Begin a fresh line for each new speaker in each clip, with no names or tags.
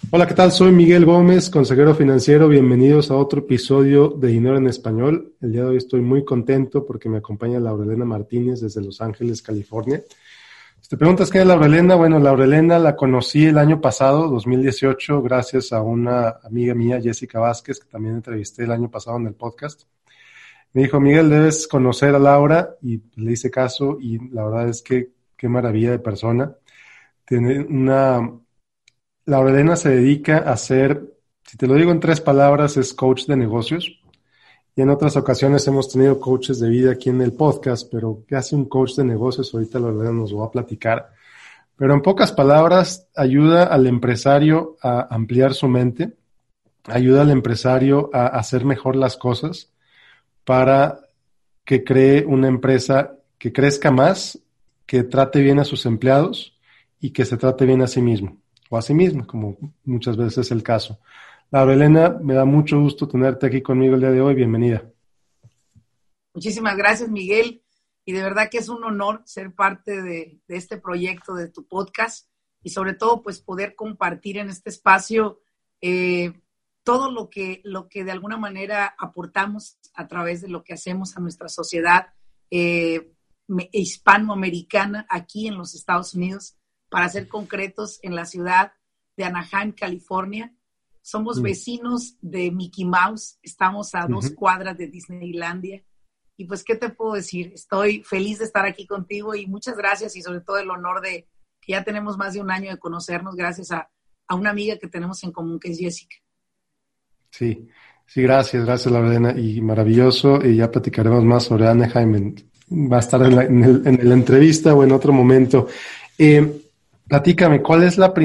Hola, ¿qué tal? Soy Miguel Gómez, consejero financiero. Bienvenidos a otro episodio de Dinero en Español. El día de hoy estoy muy contento porque me acompaña Laurelena Martínez desde Los Ángeles, California. Si te preguntas qué es Laurelena, bueno, Laurelena la conocí el año pasado, 2018, gracias a una amiga mía, Jessica Vázquez, que también entrevisté el año pasado en el podcast. Me dijo, Miguel, debes conocer a Laura, y le hice caso, y la verdad es que qué maravilla de persona. Tiene una... Laurelena se dedica a ser, si te lo digo en tres palabras, es coach de negocios. Y en otras ocasiones hemos tenido coaches de vida aquí en el podcast, pero ¿qué hace un coach de negocios? Ahorita Laurelena nos lo va a platicar. Pero en pocas palabras, ayuda al empresario a ampliar su mente, ayuda al empresario a hacer mejor las cosas para que cree una empresa que crezca más, que trate bien a sus empleados y que se trate bien a sí mismo o a sí misma, como muchas veces es el caso. Laura Elena, me da mucho gusto tenerte aquí conmigo el día de hoy. Bienvenida.
Muchísimas gracias, Miguel. Y de verdad que es un honor ser parte de este proyecto, de tu podcast, y sobre todo, pues, poder compartir en este espacio todo lo que de alguna manera aportamos a través de lo que hacemos a nuestra sociedad hispanoamericana aquí en los Estados Unidos, para ser concretos, en la ciudad de Anaheim, California. Somos vecinos de Mickey Mouse, estamos a 2 cuadras de Disneylandia. Y pues, ¿qué te puedo decir? Estoy feliz de estar aquí contigo y muchas gracias, y sobre todo el honor de que ya tenemos más de un año de conocernos gracias a una amiga que tenemos en común, que es Jessica.
Sí, gracias Laurelena, y maravilloso, y ya platicaremos más sobre Anaheim, va a estar en la entrevista o en otro momento. Platícame, ¿cuál es el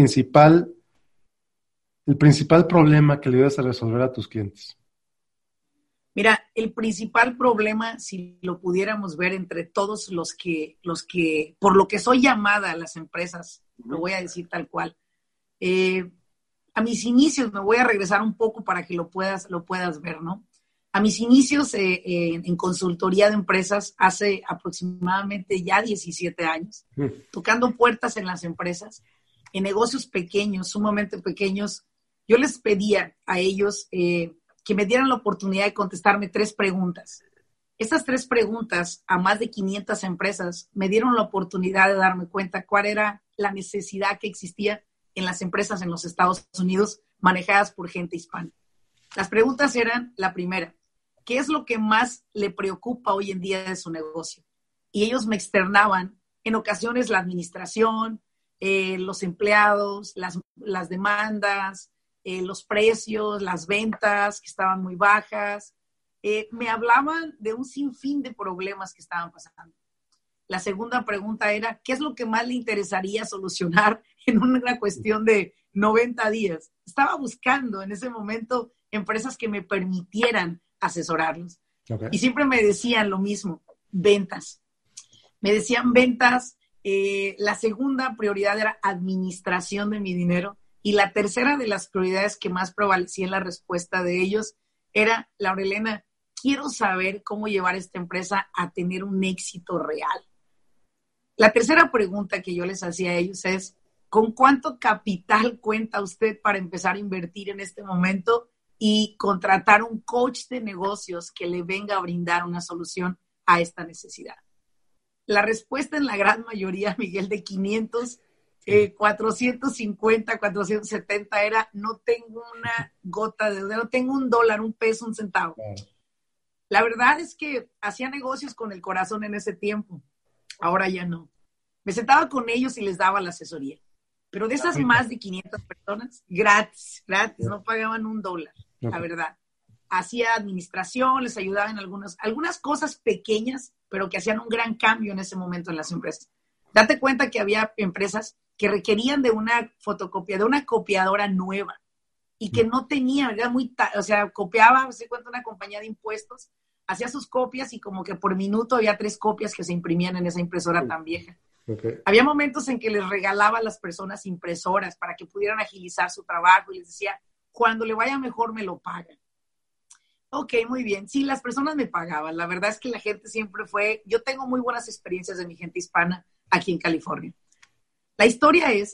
principal problema que le ayudas a resolver a tus clientes?
Mira, el principal problema, si lo pudiéramos ver entre todos los que, por lo que soy llamada a las empresas, lo voy a decir tal cual. A mis inicios, me voy a regresar un poco para que lo puedas ver, ¿no? A mis inicios en consultoría de empresas, hace aproximadamente ya 17 años, tocando puertas en las empresas, en negocios pequeños, sumamente pequeños, yo les pedía a ellos que me dieran la oportunidad de contestarme 3 preguntas. Esas 3 preguntas a más de 500 empresas me dieron la oportunidad de darme cuenta cuál era la necesidad que existía en las empresas en los Estados Unidos manejadas por gente hispana. Las preguntas eran, la primera, ¿qué es lo que más le preocupa hoy en día de su negocio? Y ellos me externaban en ocasiones la administración, los empleados, las demandas, los precios, las ventas que estaban muy bajas. Me hablaban de un sinfín de problemas que estaban pasando. La segunda pregunta era, ¿qué es lo que más le interesaría solucionar en una cuestión de 90 días? Estaba buscando en ese momento empresas que me permitieran asesorarlos. Okay. Y siempre me decían lo mismo, ventas. Me decían ventas. La segunda prioridad era administración de mi dinero. Y la tercera de las prioridades que más prevalecía en la respuesta de ellos era, Laurelena, quiero saber cómo llevar esta empresa a tener un éxito real. La tercera pregunta que yo les hacía a ellos es, ¿con cuánto capital cuenta usted para empezar a invertir en este momento y contratar un coach de negocios que le venga a brindar una solución a esta necesidad? La respuesta en la gran mayoría, Miguel, de 500, 450, 470 era, no tengo una gota de dinero, no tengo $1, $1, $1. La verdad es que hacía negocios con el corazón en ese tiempo. Ahora ya no. Me sentaba con ellos y les daba la asesoría. Pero de esas más de 500 personas, gratis, no pagaban $1, la verdad. Hacía administración, les ayudaba en algunas cosas pequeñas, pero que hacían un gran cambio en ese momento en las empresas. Date cuenta que había empresas que requerían de una fotocopia, de una copiadora nueva, y que no tenían, era copiaba, se cuenta, una compañía de impuestos, hacía sus copias y como que por minuto había 3 copias que se imprimían en esa impresora tan vieja. Okay. Había momentos en que les regalaba a las personas impresoras para que pudieran agilizar su trabajo y les decía, cuando le vaya mejor me lo pagan. Ok, muy bien. Sí, las personas me pagaban. La verdad es que la gente siempre yo tengo muy buenas experiencias de mi gente hispana aquí en California. La historia es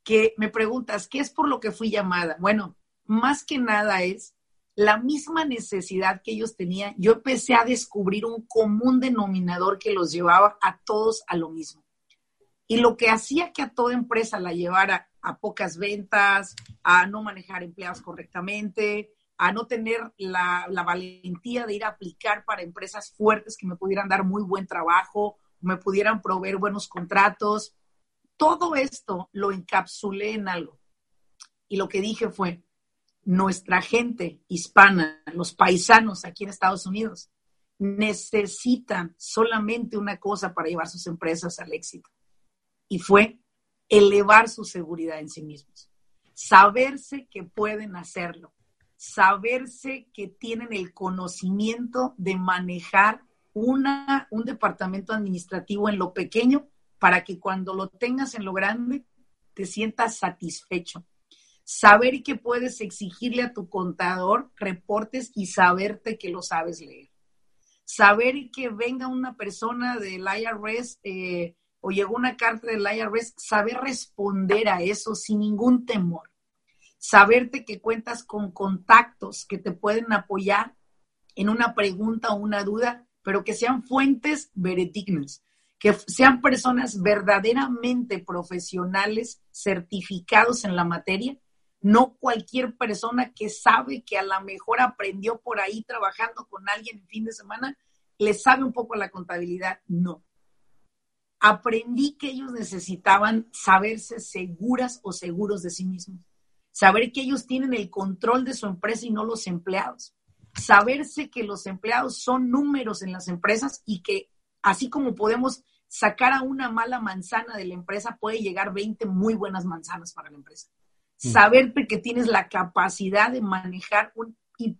que me preguntas, ¿qué es por lo que fui llamada? Bueno, más que nada es la misma necesidad que ellos tenían. Yo empecé a descubrir un común denominador que los llevaba a todos a lo mismo. Y lo que hacía que a toda empresa la llevara a pocas ventas, a no manejar empleados correctamente, a no tener la valentía de ir a aplicar para empresas fuertes que me pudieran dar muy buen trabajo, me pudieran proveer buenos contratos. Todo esto lo encapsulé en algo. Y lo que dije fue, nuestra gente hispana, los paisanos aquí en Estados Unidos, necesitan solamente una cosa para llevar sus empresas al éxito. Y fue elevar su seguridad en sí mismos. Saberse que pueden hacerlo. Saberse que tienen el conocimiento de manejar un departamento administrativo en lo pequeño para que cuando lo tengas en lo grande te sientas satisfecho. Saber que puedes exigirle a tu contador reportes y saberte que lo sabes leer. Saber que venga una persona del IRS o llegó una carta del IRS, saber responder a eso sin ningún temor. Saberte que cuentas con contactos que te pueden apoyar en una pregunta o una duda, pero que sean fuentes veredignas, que sean personas verdaderamente profesionales, certificados en la materia, no cualquier persona que sabe que a lo mejor aprendió por ahí trabajando con alguien el fin de semana, le sabe un poco la contabilidad. No. Aprendí que ellos necesitaban saberse seguras o seguros de sí mismos. Saber que ellos tienen el control de su empresa y no los empleados. Saberse que los empleados son números en las empresas y que así como podemos sacar a una mala manzana de la empresa, puede llegar 20 muy buenas manzanas para la empresa. Saberte que tienes la capacidad de manejar un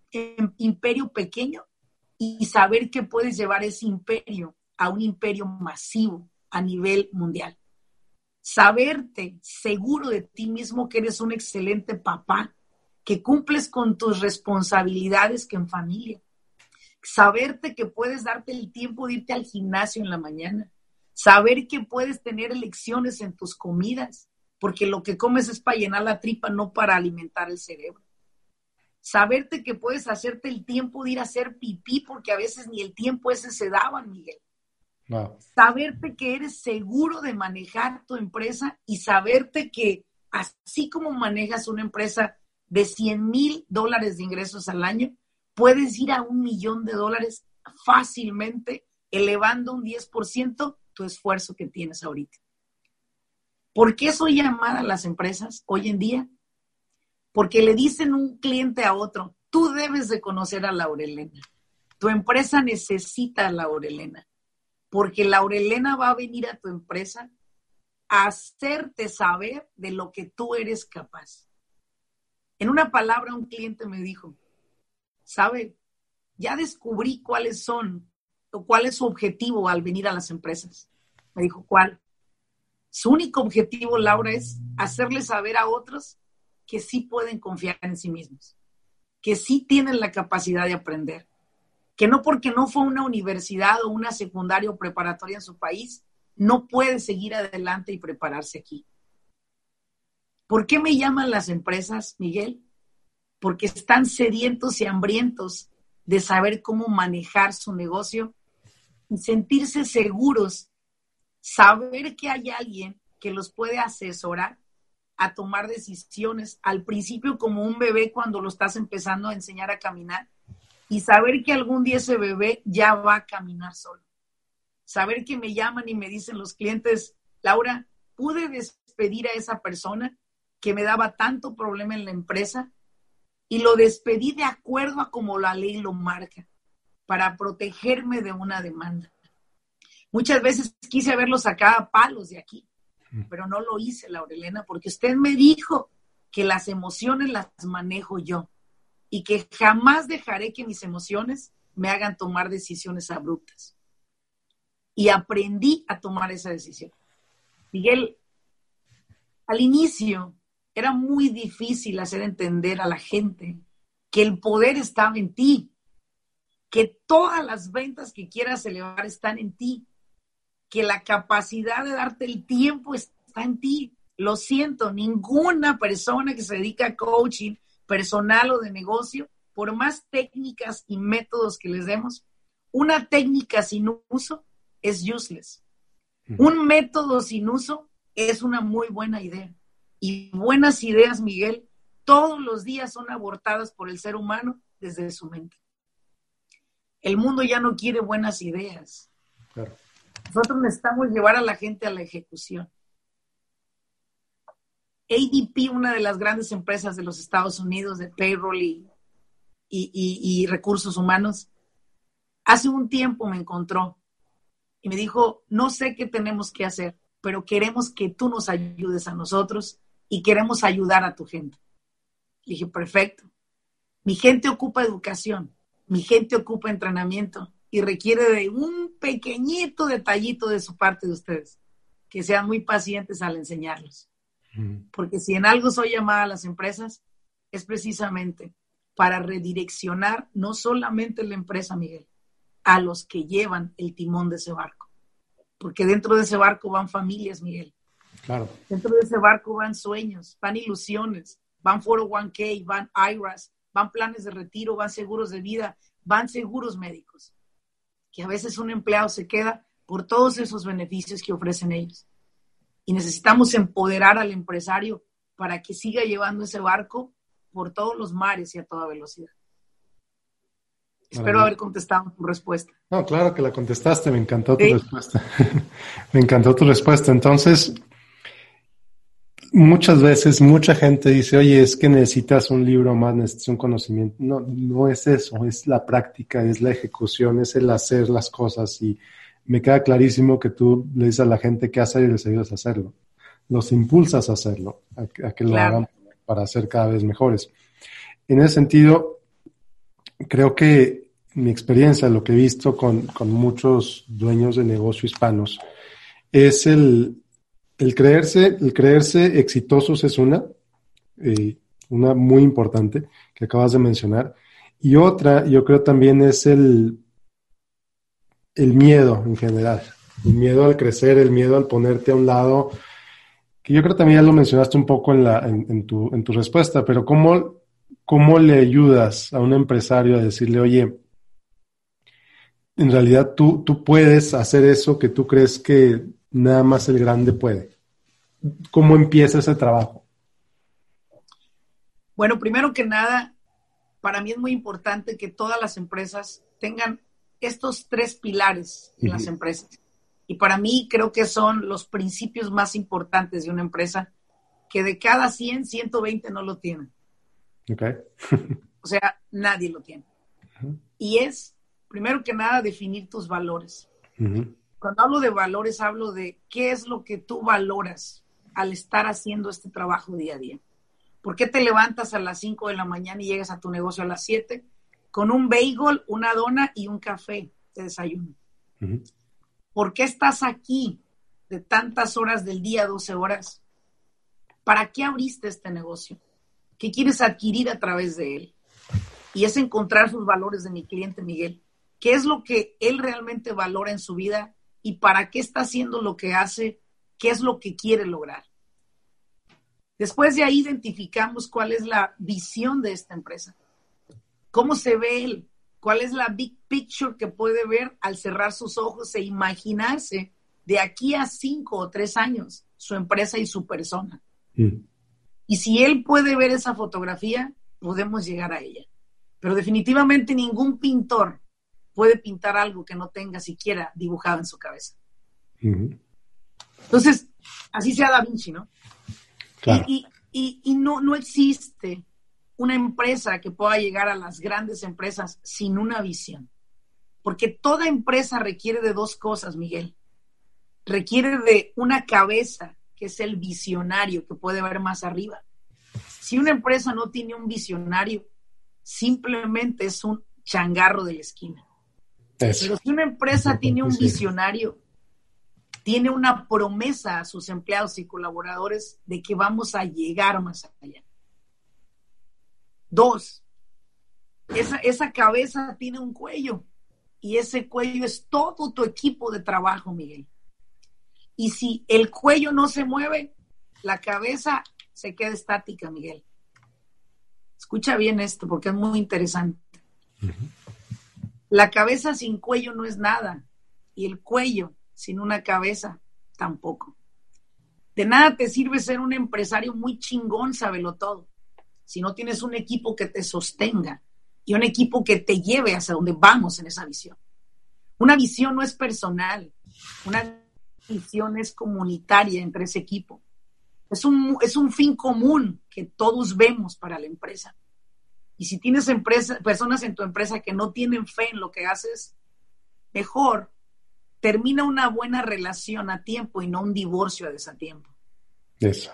imperio pequeño y saber que puedes llevar ese imperio a un imperio masivo a nivel mundial. Saberte seguro de ti mismo que eres un excelente papá, que cumples con tus responsabilidades que en familia. Saberte que puedes darte el tiempo de irte al gimnasio en la mañana. Saber que puedes tener elecciones en tus comidas, porque lo que comes es para llenar la tripa, no para alimentar el cerebro. Saberte que puedes hacerte el tiempo de ir a hacer pipí, porque a veces ni el tiempo ese se daba, Miguel. No. Saberte que eres seguro de manejar tu empresa y saberte que así como manejas una empresa de $100,000 de ingresos al año, puedes ir a $1 millón fácilmente, elevando un 10% tu esfuerzo que tienes ahorita. ¿Por qué soy llamada a las empresas hoy en día? Porque le dicen un cliente a otro, tú debes de conocer a Laurelena. Tu empresa necesita a Laurelena. Porque Laurelena va a venir a tu empresa a hacerte saber de lo que tú eres capaz. En una palabra, un cliente me dijo, ¿sabe? Ya descubrí cuáles son o cuál es su objetivo al venir a las empresas. Me dijo, ¿cuál? Su único objetivo, Laura, es hacerle saber a otros que sí pueden confiar en sí mismos, que sí tienen la capacidad de aprender, que no porque no fue una universidad o una secundaria o preparatoria en su país, no puede seguir adelante y prepararse aquí. ¿Por qué me llaman las empresas, Miguel? Porque están sedientos y hambrientos de saber cómo manejar su negocio y sentirse seguros, saber que hay alguien que los puede asesorar a tomar decisiones, al principio como un bebé cuando lo estás empezando a enseñar a caminar, y saber que algún día ese bebé ya va a caminar solo. Saber que me llaman y me dicen los clientes, Laura, pude despedir a esa persona que me daba tanto problema en la empresa y lo despedí de acuerdo a como la ley lo marca, para protegerme de una demanda. Muchas veces quise haberlo sacado a palos de aquí, pero no lo hice, Laurelena, porque usted me dijo que las emociones las manejo yo y que jamás dejaré que mis emociones me hagan tomar decisiones abruptas. Y aprendí a tomar esa decisión. Miguel, al inicio era muy difícil hacer entender a la gente que el poder estaba en ti, que todas las ventas que quieras elevar están en ti, que la capacidad de darte el tiempo está en ti. Lo siento, ninguna persona que se dedica a coaching personal o de negocio, por más técnicas y métodos que les demos, una técnica sin uso es useless. Un método sin uso es una muy buena idea. Y buenas ideas, Miguel, todos los días son abortadas por el ser humano desde su mente. El mundo ya no quiere buenas ideas.
Claro.
Nosotros necesitamos llevar a la gente a la ejecución. ADP, una de las grandes empresas de los Estados Unidos de payroll y recursos humanos, hace un tiempo me encontró y me dijo, no sé qué tenemos que hacer, pero queremos que tú nos ayudes a nosotros y queremos ayudar a tu gente. Le dije, perfecto. Mi gente ocupa educación, mi gente ocupa entrenamiento y requiere de un pequeñito detallito de su parte de ustedes, que sean muy pacientes al enseñarlos. Porque si en algo soy llamada a las empresas, es precisamente para redireccionar no solamente la empresa, Miguel, a los que llevan el timón de ese barco. Porque dentro de ese barco van familias, Miguel.
Claro.
Dentro de ese barco van sueños, van ilusiones, van 401k, van IRAs, van planes de retiro, van seguros de vida, van seguros médicos. Que a veces un empleado se queda por todos esos beneficios que ofrecen ellos. Y necesitamos empoderar al empresario para que siga llevando ese barco por todos los mares y a toda velocidad. Espero haber contestado tu respuesta.
No, claro que la contestaste, me encantó tu respuesta. Me encantó tu respuesta. Entonces, muchas veces, mucha gente dice, oye, es que necesitas un libro más, necesitas un conocimiento. No, no es eso, es la práctica, es la ejecución, es el hacer las cosas. Y me queda clarísimo que tú le dices a la gente qué hacer y les ayudas a hacerlo. Los impulsas a hacerlo, a que lo hagan para ser cada vez mejores. En ese sentido, creo que mi experiencia, lo que he visto con muchos dueños de negocio hispanos, es el creerse exitosos es una muy importante que acabas de mencionar. Y otra, yo creo también es el miedo en general. El miedo al crecer, el miedo al ponerte a un lado, que yo creo también ya lo mencionaste un poco en tu respuesta, pero ¿cómo le ayudas a un empresario a decirle, oye, en realidad tú puedes hacer eso que tú crees que nada más el grande puede? ¿Cómo empieza ese trabajo?
Bueno, primero que nada, para mí es muy importante que todas las empresas tengan estos 3 pilares en las empresas. Y para mí creo que son los principios más importantes de una empresa, que de cada 100, 120 no lo tienen.
Okay.
O sea, nadie lo tiene. Y es, primero que nada, definir tus valores. Cuando hablo de valores, hablo de qué es lo que tú valoras al estar haciendo este trabajo día a día. ¿Por qué te levantas a las 5 de la mañana y llegas a tu negocio a las 7 con un bagel, una dona y un café de desayuno? ¿Por qué estás aquí de tantas horas del día, 12 horas? ¿Para qué abriste este negocio? ¿Qué quieres adquirir a través de él? Y es encontrar sus valores de mi cliente, Miguel. ¿Qué es lo que él realmente valora en su vida y para qué está haciendo lo que hace? ¿Qué es lo que quiere lograr? Después de ahí identificamos cuál es la visión de esta empresa. ¿Cómo se ve él? ¿Cuál es la big picture que puede ver al cerrar sus ojos e imaginarse de aquí a 5 o 3 años su empresa y su persona? Y si él puede ver esa fotografía, podemos llegar a ella. Pero definitivamente ningún pintor puede pintar algo que no tenga siquiera dibujado en su cabeza. Entonces, así sea Da Vinci, ¿no? Claro. Y no existe una empresa que pueda llegar a las grandes empresas sin una visión. Porque toda empresa requiere de 2 cosas, Miguel. Requiere de una cabeza, que es el visionario, que puede ver más arriba. Si una empresa no tiene un visionario, simplemente es un changarro de la esquina. Eso. Pero si una empresa tiene un visionario, tiene una promesa a sus empleados y colaboradores de que vamos a llegar más allá. 2, esa cabeza tiene un cuello y ese cuello es todo tu equipo de trabajo, Miguel. Y si el cuello no se mueve, la cabeza se queda estática, Miguel. Escucha bien esto porque es muy interesante. La cabeza sin cuello no es nada y el cuello sin una cabeza tampoco. De nada te sirve ser un empresario muy chingón, sábelo todo, si no tienes un equipo que te sostenga y un equipo que te lleve hacia donde vamos en esa visión. Una visión no es personal, una visión es comunitaria entre ese equipo. Es un fin común que todos vemos para la empresa. Y si tienes personas en tu empresa que no tienen fe en lo que haces, mejor termina una buena relación a tiempo y no un divorcio a desatiempo.
Eso.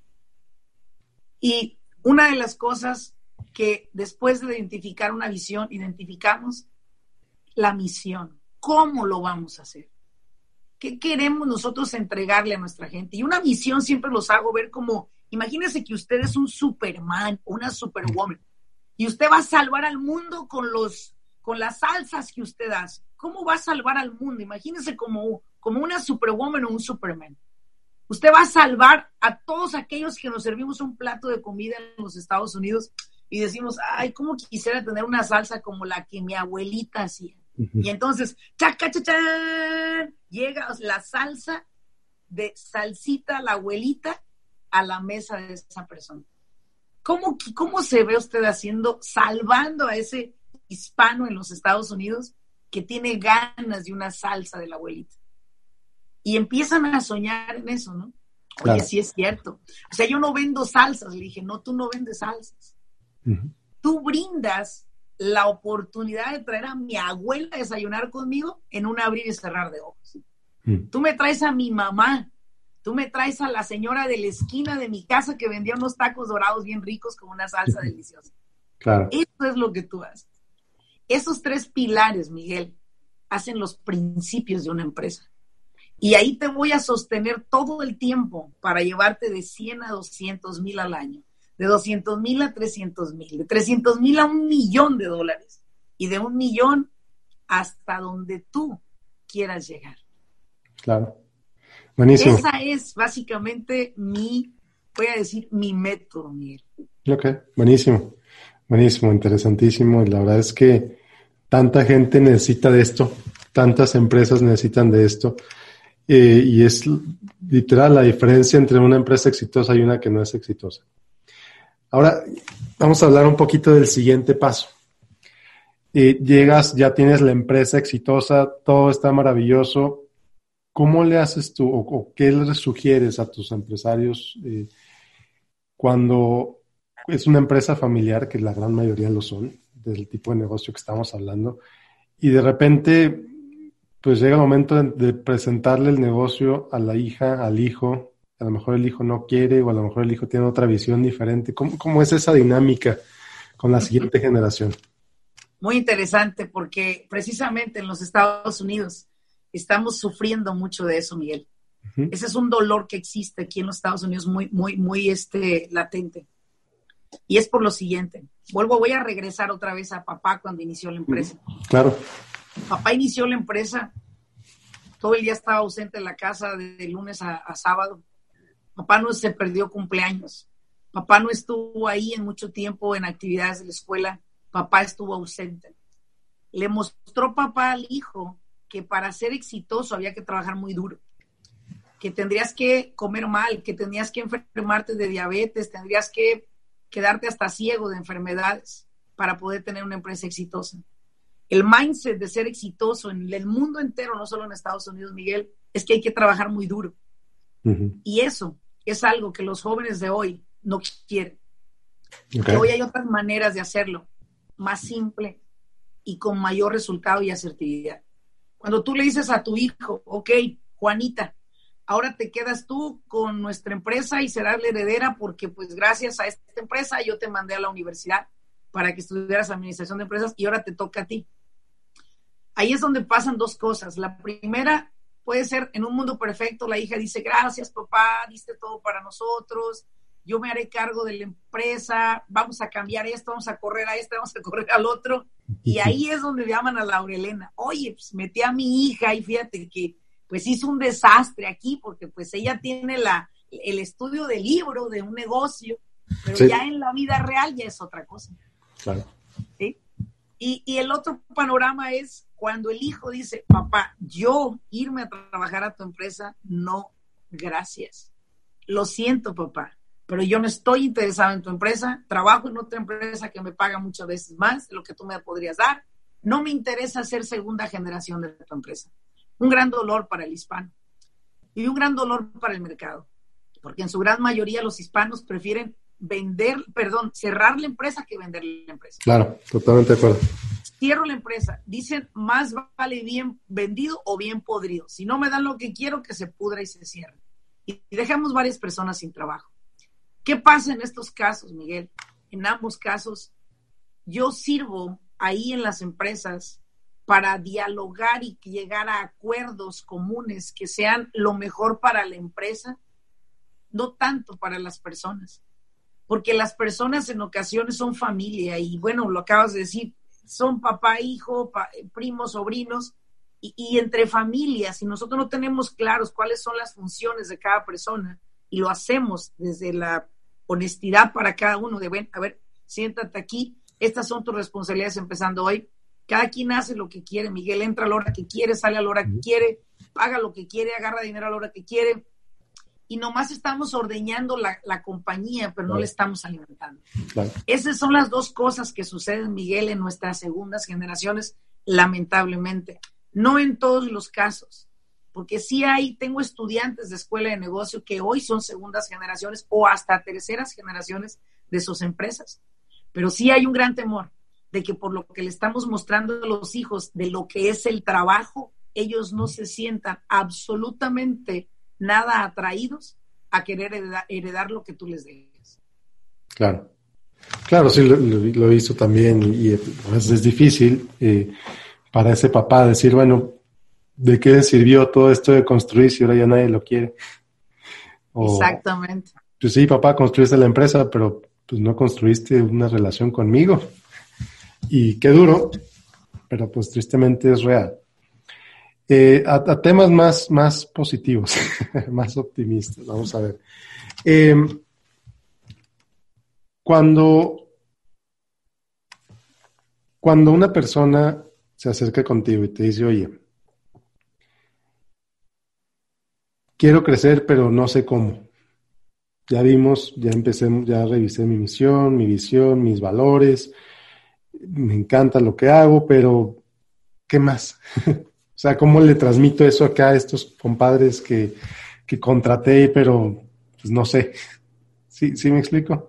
Y una de las cosas que después de identificar una visión, identificamos la misión. ¿Cómo lo vamos a hacer? ¿Qué queremos nosotros entregarle a nuestra gente? Y una misión siempre los hago ver como, imagínense que usted es un Superman o una Superwoman y usted va a salvar al mundo con las salsas que usted hace. ¿Cómo va a salvar al mundo? Imagínense como una Superwoman o un Superman. Usted va a salvar a todos aquellos que nos servimos un plato de comida en los Estados Unidos y decimos, ay, cómo quisiera tener una salsa como la que mi abuelita hacía. Y entonces, chaca, chachán, llega la salsa de salsita, la abuelita, a la mesa de esa persona. ¿Cómo se ve usted salvando a ese hispano en los Estados Unidos que tiene ganas de una salsa de la abuelita? Y empiezan a soñar en eso, ¿no? Oye, sí es cierto. O sea, yo no vendo salsas. Le dije, no, tú no vendes salsas. Tú brindas la oportunidad de traer a mi abuela a desayunar conmigo en un abrir y cerrar de ojos. Tú me traes a mi mamá. Tú me traes a la señora de la esquina de mi casa que vendía unos tacos dorados bien ricos con una salsa deliciosa.
Claro.
Eso es lo que tú haces. Esos 3 pilares, Miguel, hacen los principios de una empresa. Y ahí te voy a sostener todo el tiempo para llevarte de 100 a 200 mil al año, de 200 mil a 300 mil, de 300 mil a $1 millón y de 1 millón hasta donde tú quieras llegar.
Claro. Buenísimo.
Esa es básicamente mi método, Miguel.
Ok, buenísimo, interesantísimo. Y la verdad es que tanta gente necesita de esto, tantas empresas necesitan de esto. Y es literal la diferencia entre una empresa exitosa y una que no es exitosa. Ahora, vamos a hablar un poquito del siguiente paso. Llegas, ya tienes la empresa exitosa, todo está maravilloso. ¿Cómo le haces tú o qué les sugieres a tus empresarios cuando es una empresa familiar, que la gran mayoría lo son, del tipo de negocio que estamos hablando, y de repente pues llega el momento de presentarle el negocio a la hija, al hijo? A lo mejor el hijo no quiere o a lo mejor el hijo tiene otra visión diferente. ¿Cómo es esa dinámica con la siguiente generación?
Muy interesante porque precisamente en los Estados Unidos estamos sufriendo mucho de eso, Miguel. Uh-huh. Ese es un dolor que existe aquí en los Estados Unidos muy latente. Y es por lo siguiente. Voy a regresar otra vez a papá cuando inició la empresa.
Claro.
Papá inició la empresa, todo el día estaba ausente en la casa de lunes a sábado. Papá no se perdió cumpleaños. Papá no estuvo ahí en mucho tiempo en actividades de la escuela. Papá estuvo ausente. Le mostró papá al hijo que para ser exitoso había que trabajar muy duro, que tendrías que comer mal, que tenías que enfermarte de diabetes, tendrías que quedarte hasta ciego de enfermedades para poder tener una empresa exitosa. El mindset de ser exitoso en el mundo entero, no solo en Estados Unidos, Miguel, es que hay que trabajar muy duro. Uh-huh. Y eso es algo que los jóvenes de hoy no quieren. Okay. Que hoy hay otras maneras de hacerlo, más simple y con mayor resultado y asertividad. Cuando tú le dices a tu hijo, ok, Juanita, ahora te quedas tú con nuestra empresa y serás la heredera porque pues gracias a esta empresa yo te mandé a la universidad para que estudiaras administración de empresas y ahora te toca a ti. Ahí es donde pasan 2 cosas. La primera puede ser, en un mundo perfecto, la hija dice, gracias papá, diste todo para nosotros, yo me haré cargo de la empresa, vamos a cambiar esto, vamos a correr a este, vamos a correr al otro. Y ahí es donde llaman a Laurelena. Oye, pues metí a mi hija y fíjate que pues hizo un desastre aquí porque pues ella tiene la el estudio de libro, de un negocio, pero
sí,
ya en la vida real ya es otra cosa.
claro.
¿Sí? Y el otro panorama es cuando el hijo dice, papá, yo irme a trabajar a tu empresa, no, gracias. Lo siento, papá, pero yo no estoy interesado en tu empresa, trabajo en otra empresa que me paga muchas veces más de lo que tú me podrías dar, no me interesa ser segunda generación de tu empresa. Un gran dolor para el hispano y un gran dolor para el mercado, porque en su gran mayoría los hispanos prefieren cerrar la empresa que vender la empresa.
Claro, totalmente de acuerdo.
Cierro la empresa, dicen más vale bien vendido o bien podrido. Si no me dan lo que quiero, que se pudra y se cierre. Y dejamos varias personas sin trabajo. ¿Qué pasa en estos casos, Miguel? En ambos casos, yo sirvo ahí en las empresas para dialogar y llegar a acuerdos comunes que sean lo mejor para la empresa, no tanto para las personas. Porque las personas en ocasiones son familia y bueno, lo acabas de decir, son papá, hijo, primos, sobrinos y entre familias, si nosotros no tenemos claros cuáles son las funciones de cada persona y lo hacemos desde la honestidad para cada uno de, ven, a ver, siéntate aquí, estas son tus responsabilidades empezando hoy, cada quien hace lo que quiere, Miguel entra a la hora que quiere, sale a la hora que quiere, paga lo que quiere, agarra dinero a la hora que quiere, y nomás estamos ordeñando la compañía, pero no le estamos alimentando. Claro. Esas son las dos cosas que suceden, Miguel, en nuestras segundas generaciones, lamentablemente. No en todos los casos, porque sí tengo estudiantes de escuela de negocio que hoy son segundas generaciones o hasta terceras generaciones de sus empresas. Pero sí hay un gran temor de que por lo que le estamos mostrando a los hijos de lo que es el trabajo, ellos no se sientan absolutamente nada atraídos a querer heredar lo que tú les dejes.
Claro, claro, sí, lo he visto también y pues es difícil para ese papá decir, bueno, ¿de qué sirvió todo esto de construir si ahora ya nadie lo quiere?
Exactamente.
Pues sí, papá, construiste la empresa, pero pues no construiste una relación conmigo. Y qué duro, pero pues tristemente es real. A temas más positivos, más optimistas, vamos a ver. Cuando una persona se acerca contigo y te dice, oye, quiero crecer, pero no sé cómo. Ya vimos, ya empecé, ya revisé mi misión, mi visión, mis valores. Me encanta lo que hago, pero ¿qué más? O sea, ¿cómo le transmito eso acá a estos compadres que contraté, pero pues no sé? ¿Sí me explico?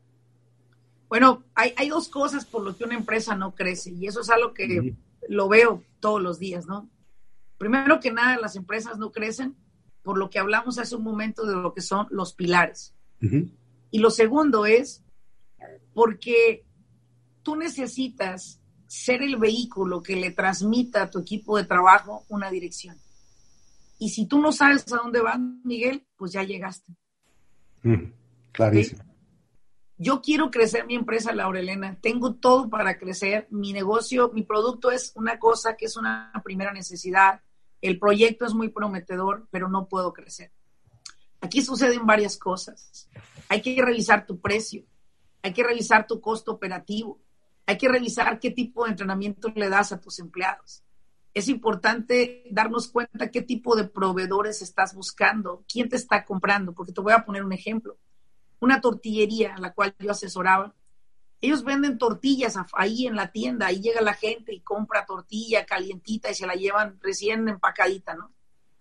Bueno, hay dos cosas por lo que una empresa no crece y eso es algo que lo veo todos los días, ¿no? Primero que nada, las empresas no crecen por lo que hablamos hace un momento de lo que son los pilares. Uh-huh. Y lo segundo es porque tú necesitas ser el vehículo que le transmita a tu equipo de trabajo una dirección. Y si tú no sabes a dónde vas, Miguel, pues ya llegaste.
Clarísimo.
¿Sí? Yo quiero crecer mi empresa, Laura Elena. Tengo todo para crecer. Mi negocio, mi producto es una cosa que es una primera necesidad. El proyecto es muy prometedor, pero no puedo crecer. Aquí suceden varias cosas. Hay que revisar tu precio. Hay que revisar tu costo operativo. Hay que revisar qué tipo de entrenamiento le das a tus empleados. Es importante darnos cuenta qué tipo de proveedores estás buscando, quién te está comprando, porque te voy a poner un ejemplo. Una tortillería a la cual yo asesoraba, ellos venden tortillas ahí en la tienda, ahí llega la gente y compra tortilla calientita y se la llevan recién empacadita, ¿no?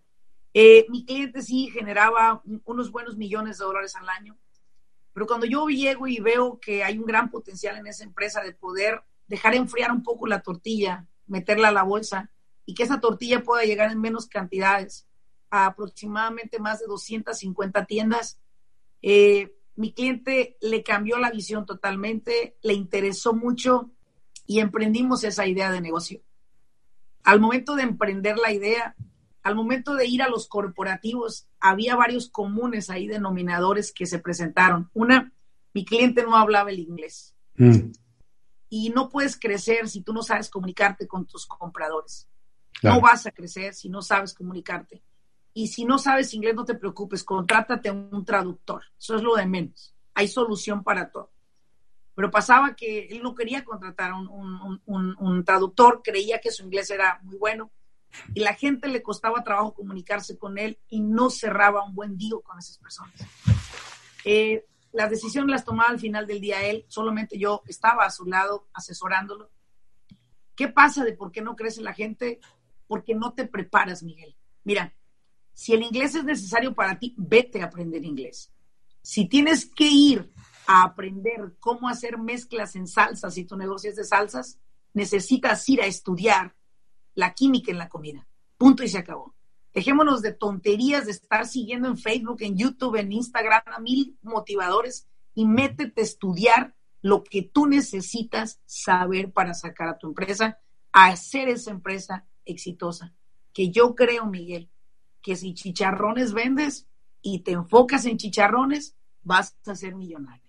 Mi cliente sí generaba unos buenos millones de dólares al año, pero cuando yo llego y veo que hay un gran potencial en esa empresa de poder dejar enfriar un poco la tortilla, meterla a la bolsa y que esa tortilla pueda llegar en menos cantidades a aproximadamente más de 250 tiendas, mi cliente le cambió la visión totalmente, le interesó mucho y emprendimos esa idea de negocio. Al momento de emprender la idea, al momento de ir a los corporativos, había varios comunes ahí denominadores que se presentaron. Una, mi cliente no hablaba el inglés. Y no puedes crecer si tú no sabes comunicarte con tus compradores. Claro. No vas a crecer si no sabes comunicarte. y si no sabes inglés, no te preocupes, contrátate a un traductor. Eso es lo de menos. Hay solución para todo. Pero pasaba que él no quería contratar a un traductor, creía que su inglés era muy bueno y la gente le costaba trabajo comunicarse con él y no cerraba un buen deal con esas personas. Las decisiones las tomaba al final del día él, solamente yo estaba a su lado asesorándolo. ¿Qué pasa de por qué no crece la gente? Porque no te preparas, Miguel. Mira, si el inglés es necesario para ti, vete a aprender inglés. Si tienes que ir a aprender cómo hacer mezclas en salsas, si tu negocio es de salsas, necesitas ir a estudiar la química en la comida. Punto y se acabó. Dejémonos de tonterías de estar siguiendo en Facebook, en YouTube, en Instagram a 1000 motivadores y métete a estudiar lo que tú necesitas saber para sacar a tu empresa, a hacer esa empresa exitosa. Que yo creo, Miguel, que si chicharrones vendes y te enfocas en chicharrones, vas a ser millonario.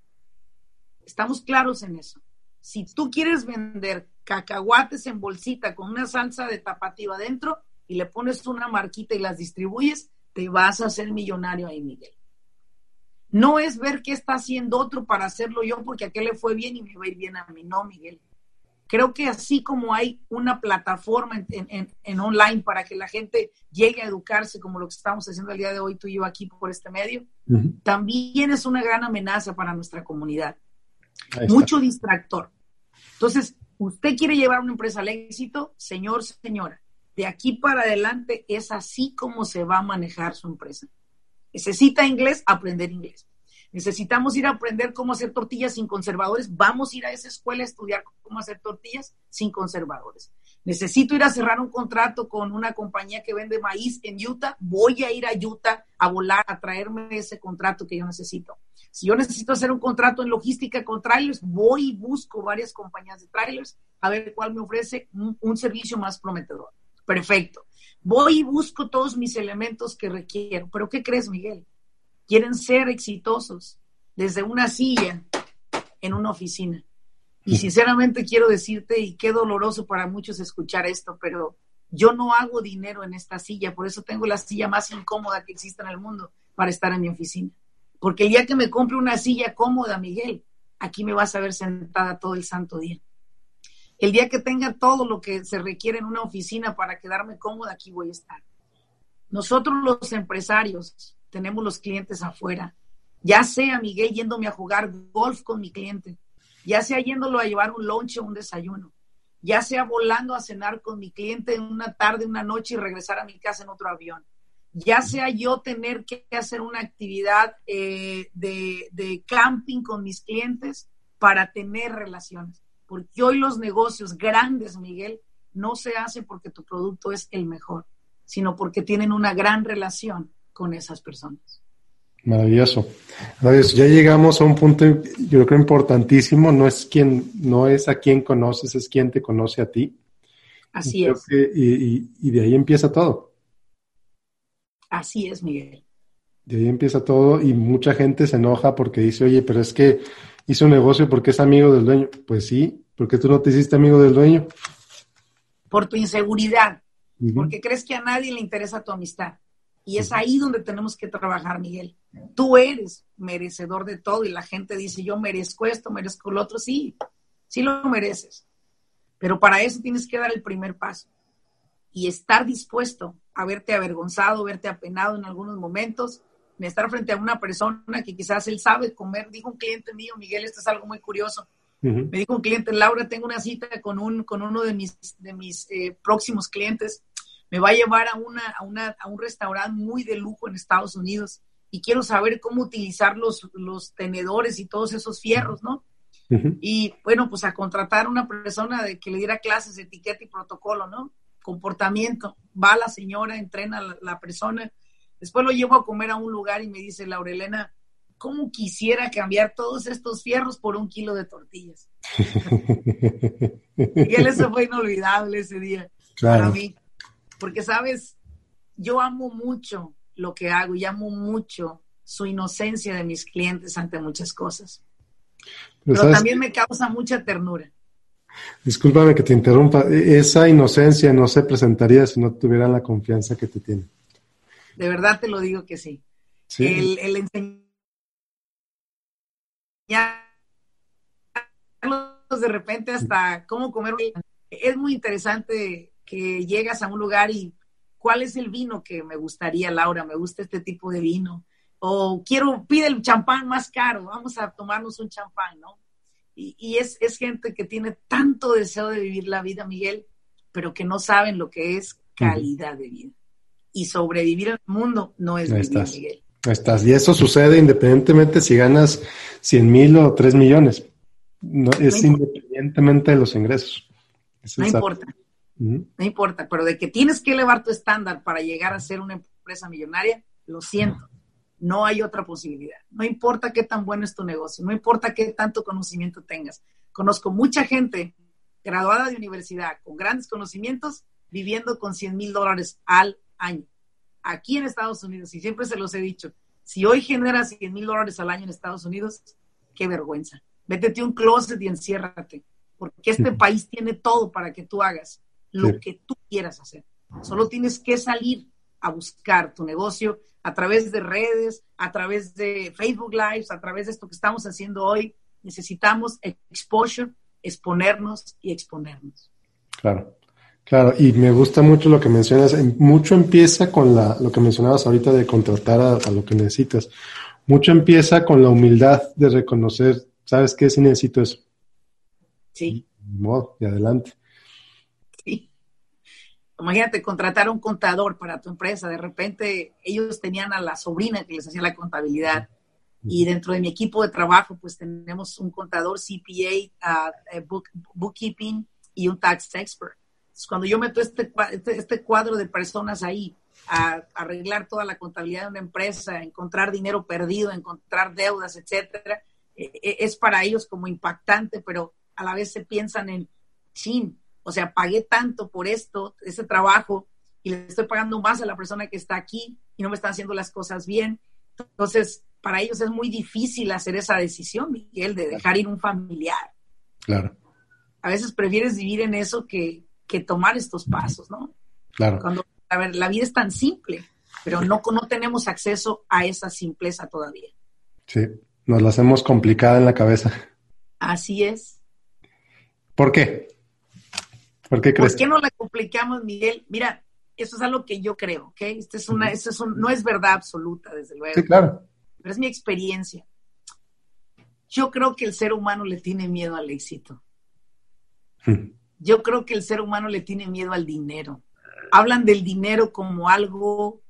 Estamos claros en eso. Si tú quieres vender cacahuates en bolsita con una salsa de tapatío adentro y le pones una marquita y las distribuyes, te vas a hacer millonario ahí, Miguel. No es ver qué está haciendo otro para hacerlo yo porque a aquel le fue bien y me va a ir bien a mí. No, Miguel. Creo que así como hay una plataforma en online para que la gente llegue a educarse como lo que estamos haciendo el día de hoy tú y yo aquí por este medio, también es una gran amenaza para nuestra comunidad. Mucho distractor. Entonces, usted quiere llevar una empresa al éxito, señor, señora, de aquí para adelante es así como se va a manejar su empresa. Necesita inglés, aprender inglés. Necesitamos ir a aprender cómo hacer tortillas sin conservadores. Vamos a ir a esa escuela a estudiar cómo hacer tortillas sin conservadores. Necesito ir a cerrar un contrato con una compañía que vende maíz en Utah. Voy a ir a Utah a volar, a traerme ese contrato que yo necesito. Si yo necesito hacer un contrato en logística con trailers, voy y busco varias compañías de trailers a ver cuál me ofrece un servicio más prometedor. Perfecto. Voy y busco todos mis elementos que requiero. ¿Pero qué crees, Miguel? Quieren ser exitosos desde una silla en una oficina. Y sinceramente quiero decirte, y qué doloroso para muchos escuchar esto, pero yo no hago dinero en esta silla, por eso tengo la silla más incómoda que existe en el mundo para estar en mi oficina. Porque el día que me compre una silla cómoda, Miguel, aquí me vas a ver sentada todo el santo día. El día que tenga todo lo que se requiere en una oficina para quedarme cómoda, aquí voy a estar. Nosotros los empresarios tenemos los clientes afuera, ya sea, Miguel, yéndome a jugar golf con mi cliente, ya sea yéndolo a llevar un lunch o un desayuno, ya sea volando a cenar con mi cliente en una tarde, una noche y regresar a mi casa en otro avión, ya sea yo tener que hacer una actividad de camping con mis clientes para tener relaciones, porque hoy los negocios grandes, Miguel, no se hacen porque tu producto es el mejor, sino porque tienen una gran relación con esas personas.
Maravilloso. Entonces, ya llegamos a un punto, yo creo importantísimo, no es a quien conoces, es quien te conoce a ti.
Así es.
Y de ahí empieza todo.
Así es, Miguel.
De ahí empieza todo y mucha gente se enoja porque dice, oye, pero es que hizo un negocio porque es amigo del dueño. Pues sí, ¿por qué tú no te hiciste amigo del dueño?
Por tu inseguridad, porque crees que a nadie le interesa tu amistad. Y es ahí donde tenemos que trabajar, Miguel. Tú eres merecedor de todo y la gente dice, yo merezco esto, merezco lo otro. Sí, sí lo mereces. Pero para eso tienes que dar el primer paso y estar dispuesto a verte avergonzado, verte apenado en algunos momentos, de estar frente a una persona que quizás él sabe comer. Dijo un cliente mío, Miguel, esto es algo muy curioso. Me dijo un cliente, Laura, tengo una cita con uno de mis próximos clientes. Me va a llevar a un restaurante muy de lujo en Estados Unidos y quiero saber cómo utilizar los tenedores y todos esos fierros, ¿no? Y bueno, pues a contratar a una persona que le diera clases de etiqueta y protocolo, ¿no? Comportamiento. Va la señora, entrena a la persona. Después lo llevo a comer a un lugar y me dice, Laurelena, ¿cómo quisiera cambiar todos estos fierros por 1 kilo de tortillas? Y eso fue inolvidable ese día para mí. Porque, ¿sabes? Yo amo mucho lo que hago y amo mucho su inocencia de mis clientes ante muchas cosas. Pero también me causa mucha ternura.
Discúlpame que te interrumpa. Esa inocencia no se presentaría si no tuvieran la confianza que te tienen.
De verdad te lo digo que sí.
Sí.
El enseñarlos de repente hasta cómo comer. Es muy interesante que llegas a un lugar y ¿cuál es el vino que me gustaría, Laura? Me gusta este tipo de vino. O pide el champán más caro, vamos a tomarnos un champán, ¿no? Y es gente que tiene tanto deseo de vivir la vida, Miguel, pero que no saben lo que es calidad de vida. Y sobrevivir en el mundo no es
Ahí
vivir,
estás.
Miguel.
Ahí estás. Y eso sucede independientemente si ganas 100,000 o 3 millones. No,
No
es
importa.
independientemente de los ingresos.
No importa. No importa, pero de que tienes que elevar tu estándar para llegar a ser una empresa millonaria, lo siento, no hay otra posibilidad. No importa qué tan bueno es tu negocio, no importa qué tanto conocimiento tengas. Conozco mucha gente graduada de universidad con grandes conocimientos viviendo con $100,000 al año. Aquí en Estados Unidos, y siempre se los he dicho, si hoy generas $100,000 al año en Estados Unidos, qué vergüenza. Vétete a un closet y enciérrate, porque este país tiene todo para que tú hagas lo que tú quieras hacer. Solo tienes que salir a buscar tu negocio a través de redes, a través de Facebook Lives, a través de esto que estamos haciendo hoy. Necesitamos exposure, exponernos y exponernos.
Claro, claro. Y me gusta mucho lo que mencionas. Mucho empieza con lo que mencionabas ahorita de contratar a lo que necesitas. Mucho empieza con la humildad de reconocer, ¿sabes qué? Si necesito eso.
Sí.
De modo, y adelante.
Sí. Imagínate contratar a un contador para tu empresa. De repente ellos tenían a la sobrina que les hacía la contabilidad. Y dentro de mi equipo de trabajo, pues tenemos un contador CPA, bookkeeping y un tax expert. Entonces, cuando yo meto este cuadro de personas ahí a arreglar toda la contabilidad de una empresa, encontrar dinero perdido, encontrar deudas, etcétera, es para ellos como impactante, pero a la vez se piensan en, chin, o sea, pagué tanto por ese trabajo, y le estoy pagando más a la persona que está aquí y no me están haciendo las cosas bien. Entonces, para ellos es muy difícil hacer esa decisión, Miguel, de dejar ir un familiar.
Claro.
A veces prefieres vivir en eso que tomar estos pasos, ¿no?
Claro.
Cuando, a ver, la vida es tan simple, pero no tenemos acceso a esa simpleza todavía.
Sí, nos la hacemos complicada en la cabeza.
Así es.
¿Por qué? ¿Por qué crees?
¿Por qué no la complicamos, Miguel? Mira, eso es algo que yo creo, ¿ok? No es verdad absoluta, desde luego.
Sí, claro.
Pero es mi experiencia. Yo creo que el ser humano le tiene miedo al éxito. Yo creo que el ser humano le tiene miedo al dinero. Hablan del dinero como algo,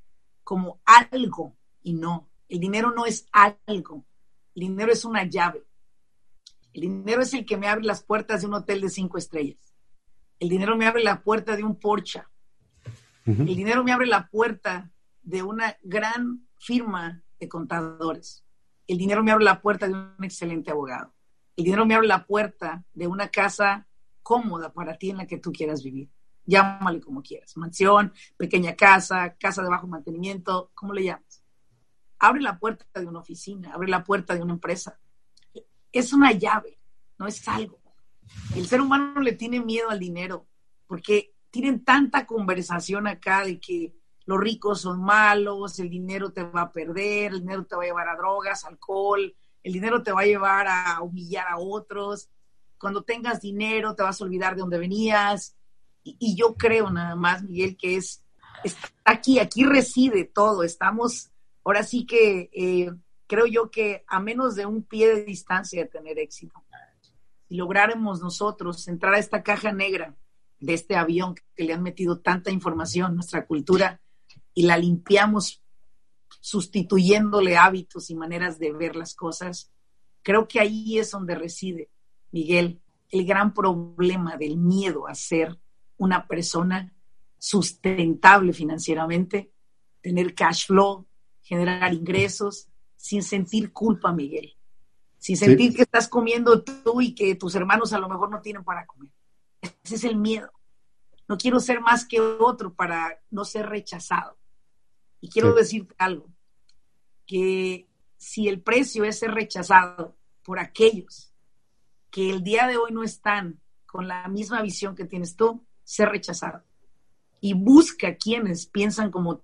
y no. El dinero no es algo. El dinero es una llave. El dinero es el que me abre las puertas de un hotel de 5 estrellas. El dinero me abre la puerta de un Porsche. El dinero me abre la puerta de una gran firma de contadores. El dinero me abre la puerta de un excelente abogado. El dinero me abre la puerta de una casa cómoda para ti en la que tú quieras vivir. Llámale como quieras. Mansión, pequeña casa, casa de bajo mantenimiento, ¿cómo le llamas? Abre la puerta de una oficina, abre la puerta de una empresa. Es una llave, no es algo. El ser humano le tiene miedo al dinero porque tienen tanta conversación acá de que los ricos son malos, el dinero te va a perder, el dinero te va a llevar a drogas, alcohol, el dinero te va a llevar a humillar a otros. Cuando tengas dinero te vas a olvidar de dónde venías. Y yo creo nada más, Miguel, que está aquí reside todo. Estamos, ahora sí que creo yo que a menos de un pie de distancia de tener éxito. Si lográramos nosotros entrar a esta caja negra de este avión que le han metido tanta información, nuestra cultura, y la limpiamos sustituyéndole hábitos y maneras de ver las cosas, creo que ahí es donde reside, Miguel, el gran problema del miedo a ser una persona sustentable financieramente, tener cash flow, generar ingresos, sin sentir culpa, Miguel. Sin sentir que estás comiendo tú y que tus hermanos a lo mejor no tienen para comer. Ese es el miedo. No quiero ser más que otro para no ser rechazado. Y quiero decirte algo, que si el precio es ser rechazado por aquellos que el día de hoy no están con la misma visión que tienes tú, ser rechazado. Y busca quienes piensan como tú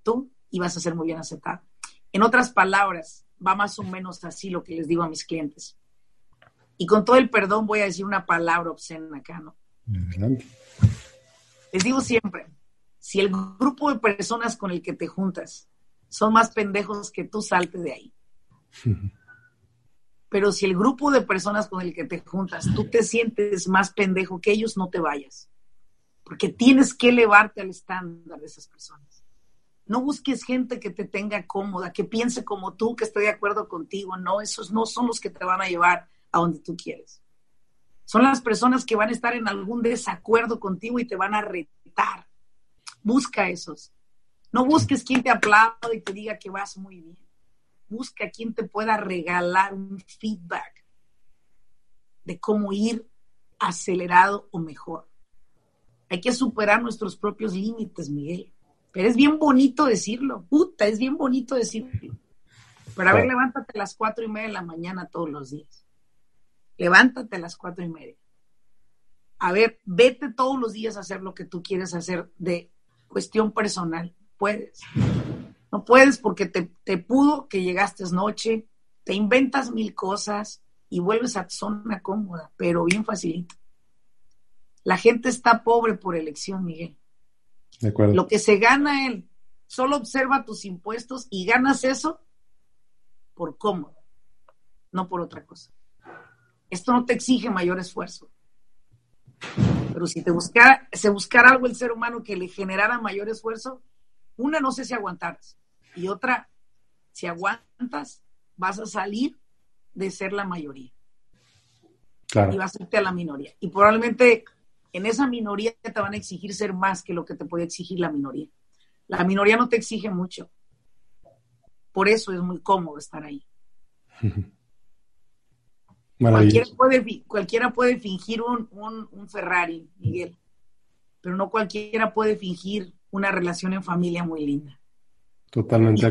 y vas a ser muy bien aceptado. En otras palabras, va más o menos así lo que les digo a mis clientes. Y con todo el perdón voy a decir una palabra obscena acá, ¿no?
Adelante.
Les digo siempre, si el grupo de personas con el que te juntas son más pendejos que tú, salte de ahí. Pero si el grupo de personas con el que te juntas, tú te sientes más pendejo que ellos, no te vayas. Porque tienes que elevarte al estándar de esas personas. No busques gente que te tenga cómoda, que piense como tú, que esté de acuerdo contigo. No, esos no son los que te van a llevar a donde tú quieres. Son las personas que van a estar en algún desacuerdo contigo y te van a retar. Busca esos. No busques quien te aplaude y te diga que vas muy bien. Busca quien te pueda regalar un feedback de cómo ir acelerado o mejor. Hay que superar nuestros propios límites, Miguel. Pero es bien bonito decirlo. Puta, es bien bonito decirlo. Pero a ver, levántate a las 4:30 de la mañana todos los días. Levántate a las 4:30. A ver, vete todos los días a hacer lo que tú quieres hacer de cuestión personal. Puedes. No puedes porque te pudo que llegaste noche, te inventas 1000 cosas y vuelves a tu zona cómoda, pero bien facilito. La gente está pobre por elección, Miguel.
De acuerdo.
Lo que se gana él, solo observa tus impuestos y ganas eso por cómodo, no por otra cosa. Esto no te exige mayor esfuerzo. Pero si se buscara algo el ser humano que le generara mayor esfuerzo, una, no sé si aguantaras. Y otra, si aguantas, vas a salir de ser la mayoría.
Claro.
Y vas a irte a la minoría. Y probablemente en esa minoría te van a exigir ser más que lo que te puede exigir la minoría. La minoría no te exige mucho. Por eso es muy cómodo estar ahí. Cualquiera puede fingir un Ferrari, Miguel, pero no cualquiera puede fingir una relación en familia muy linda.
Totalmente.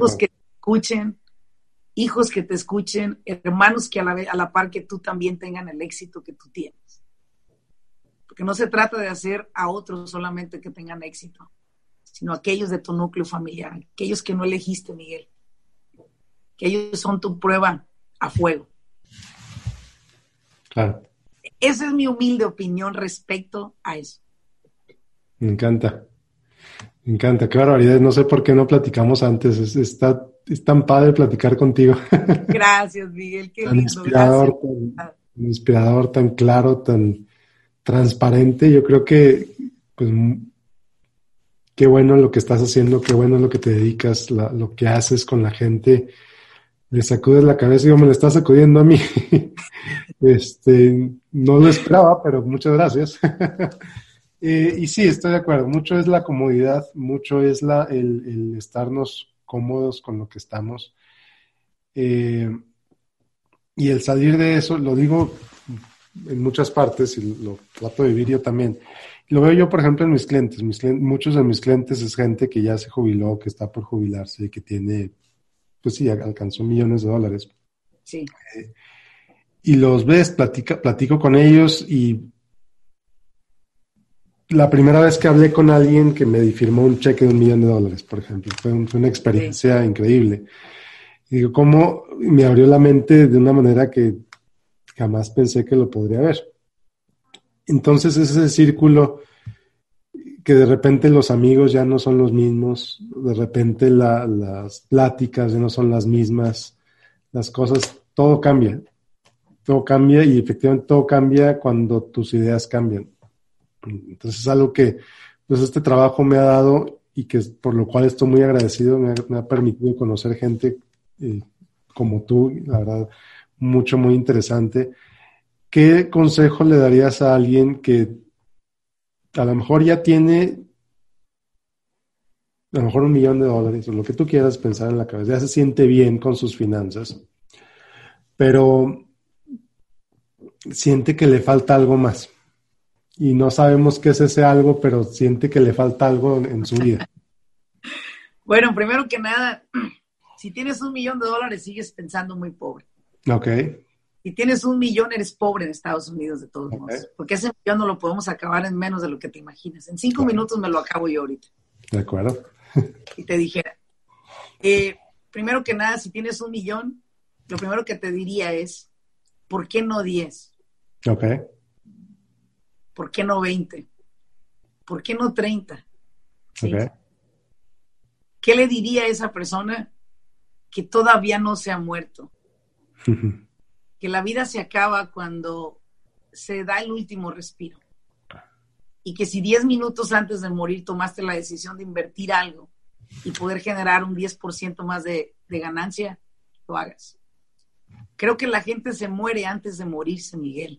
Hijos que te escuchen, hermanos que a la par que tú también tengan el éxito que tú tienes. Porque no se trata de hacer a otros solamente que tengan éxito, sino aquellos de tu núcleo familiar, aquellos que no elegiste, Miguel, que ellos son tu prueba a fuego.
Claro.
Esa es mi humilde opinión respecto a eso.
Me encanta. Me encanta. Qué barbaridad. No sé por qué no platicamos antes. Es tan padre platicar contigo.
Gracias, Miguel. Qué
tan
lindo.
Inspirador, tan inspirador, tan claro, tan transparente. Yo creo que, pues, qué bueno lo que estás haciendo, qué bueno lo que te dedicas, lo que haces con la gente. Le sacudes la cabeza y yo me la estás sacudiendo a mí. No lo esperaba, pero muchas gracias. Y sí, estoy de acuerdo. Mucho es la comodidad, mucho es el estarnos cómodos con lo que estamos. Y el salir de eso, lo digo en muchas partes y lo trato de vivir yo también. Lo veo yo, por ejemplo, en mis clientes. Muchos de mis clientes es gente que ya se jubiló, que está por jubilarse y que tiene, pues sí, alcanzó millones de dólares.
Sí.
Y los ves, platico con ellos y la primera vez que hablé con alguien que me firmó un cheque de $1 millón, por ejemplo, fue una experiencia increíble. Y digo, ¿cómo me abrió la mente de una manera que jamás pensé que lo podría ver? Entonces es ese círculo que de repente los amigos ya no son los mismos, de repente las pláticas ya no son las mismas, las cosas, todo cambia y efectivamente todo cambia cuando tus ideas cambian. Entonces es algo que pues este trabajo me ha dado y que por lo cual estoy muy agradecido, me ha permitido conocer gente como tú, la verdad, muy interesante. ¿Qué consejo le darías a alguien que a lo mejor ya tiene a lo mejor $1 millón o lo que tú quieras pensar en la cabeza, ya se siente bien con sus finanzas, pero siente que le falta algo más? Y no sabemos qué es ese algo, pero siente que le falta algo en su vida.
Bueno, primero que nada, si tienes $1 millón, sigues pensando muy pobre.
Ok.
Si tienes $1 millón, eres pobre en Estados Unidos de todos modos. Porque ese millón no lo podemos acabar en menos de lo que te imaginas. En 5 minutos me lo acabo yo ahorita.
De acuerdo.
Y te dijera, Primero que nada, si tienes 1 millón, lo primero que te diría es, ¿por qué no 10?
Ok.
¿Por qué no 20? ¿Por qué no 30? ¿Sí?
Ok.
¿Qué le diría a esa persona que todavía no se ha muerto? Que la vida se acaba cuando se da el último respiro. Y que si 10 minutos antes de morir tomaste la decisión de invertir algo y poder generar un 10% más de ganancia, lo hagas. Creo que la gente se muere antes de morirse, Miguel.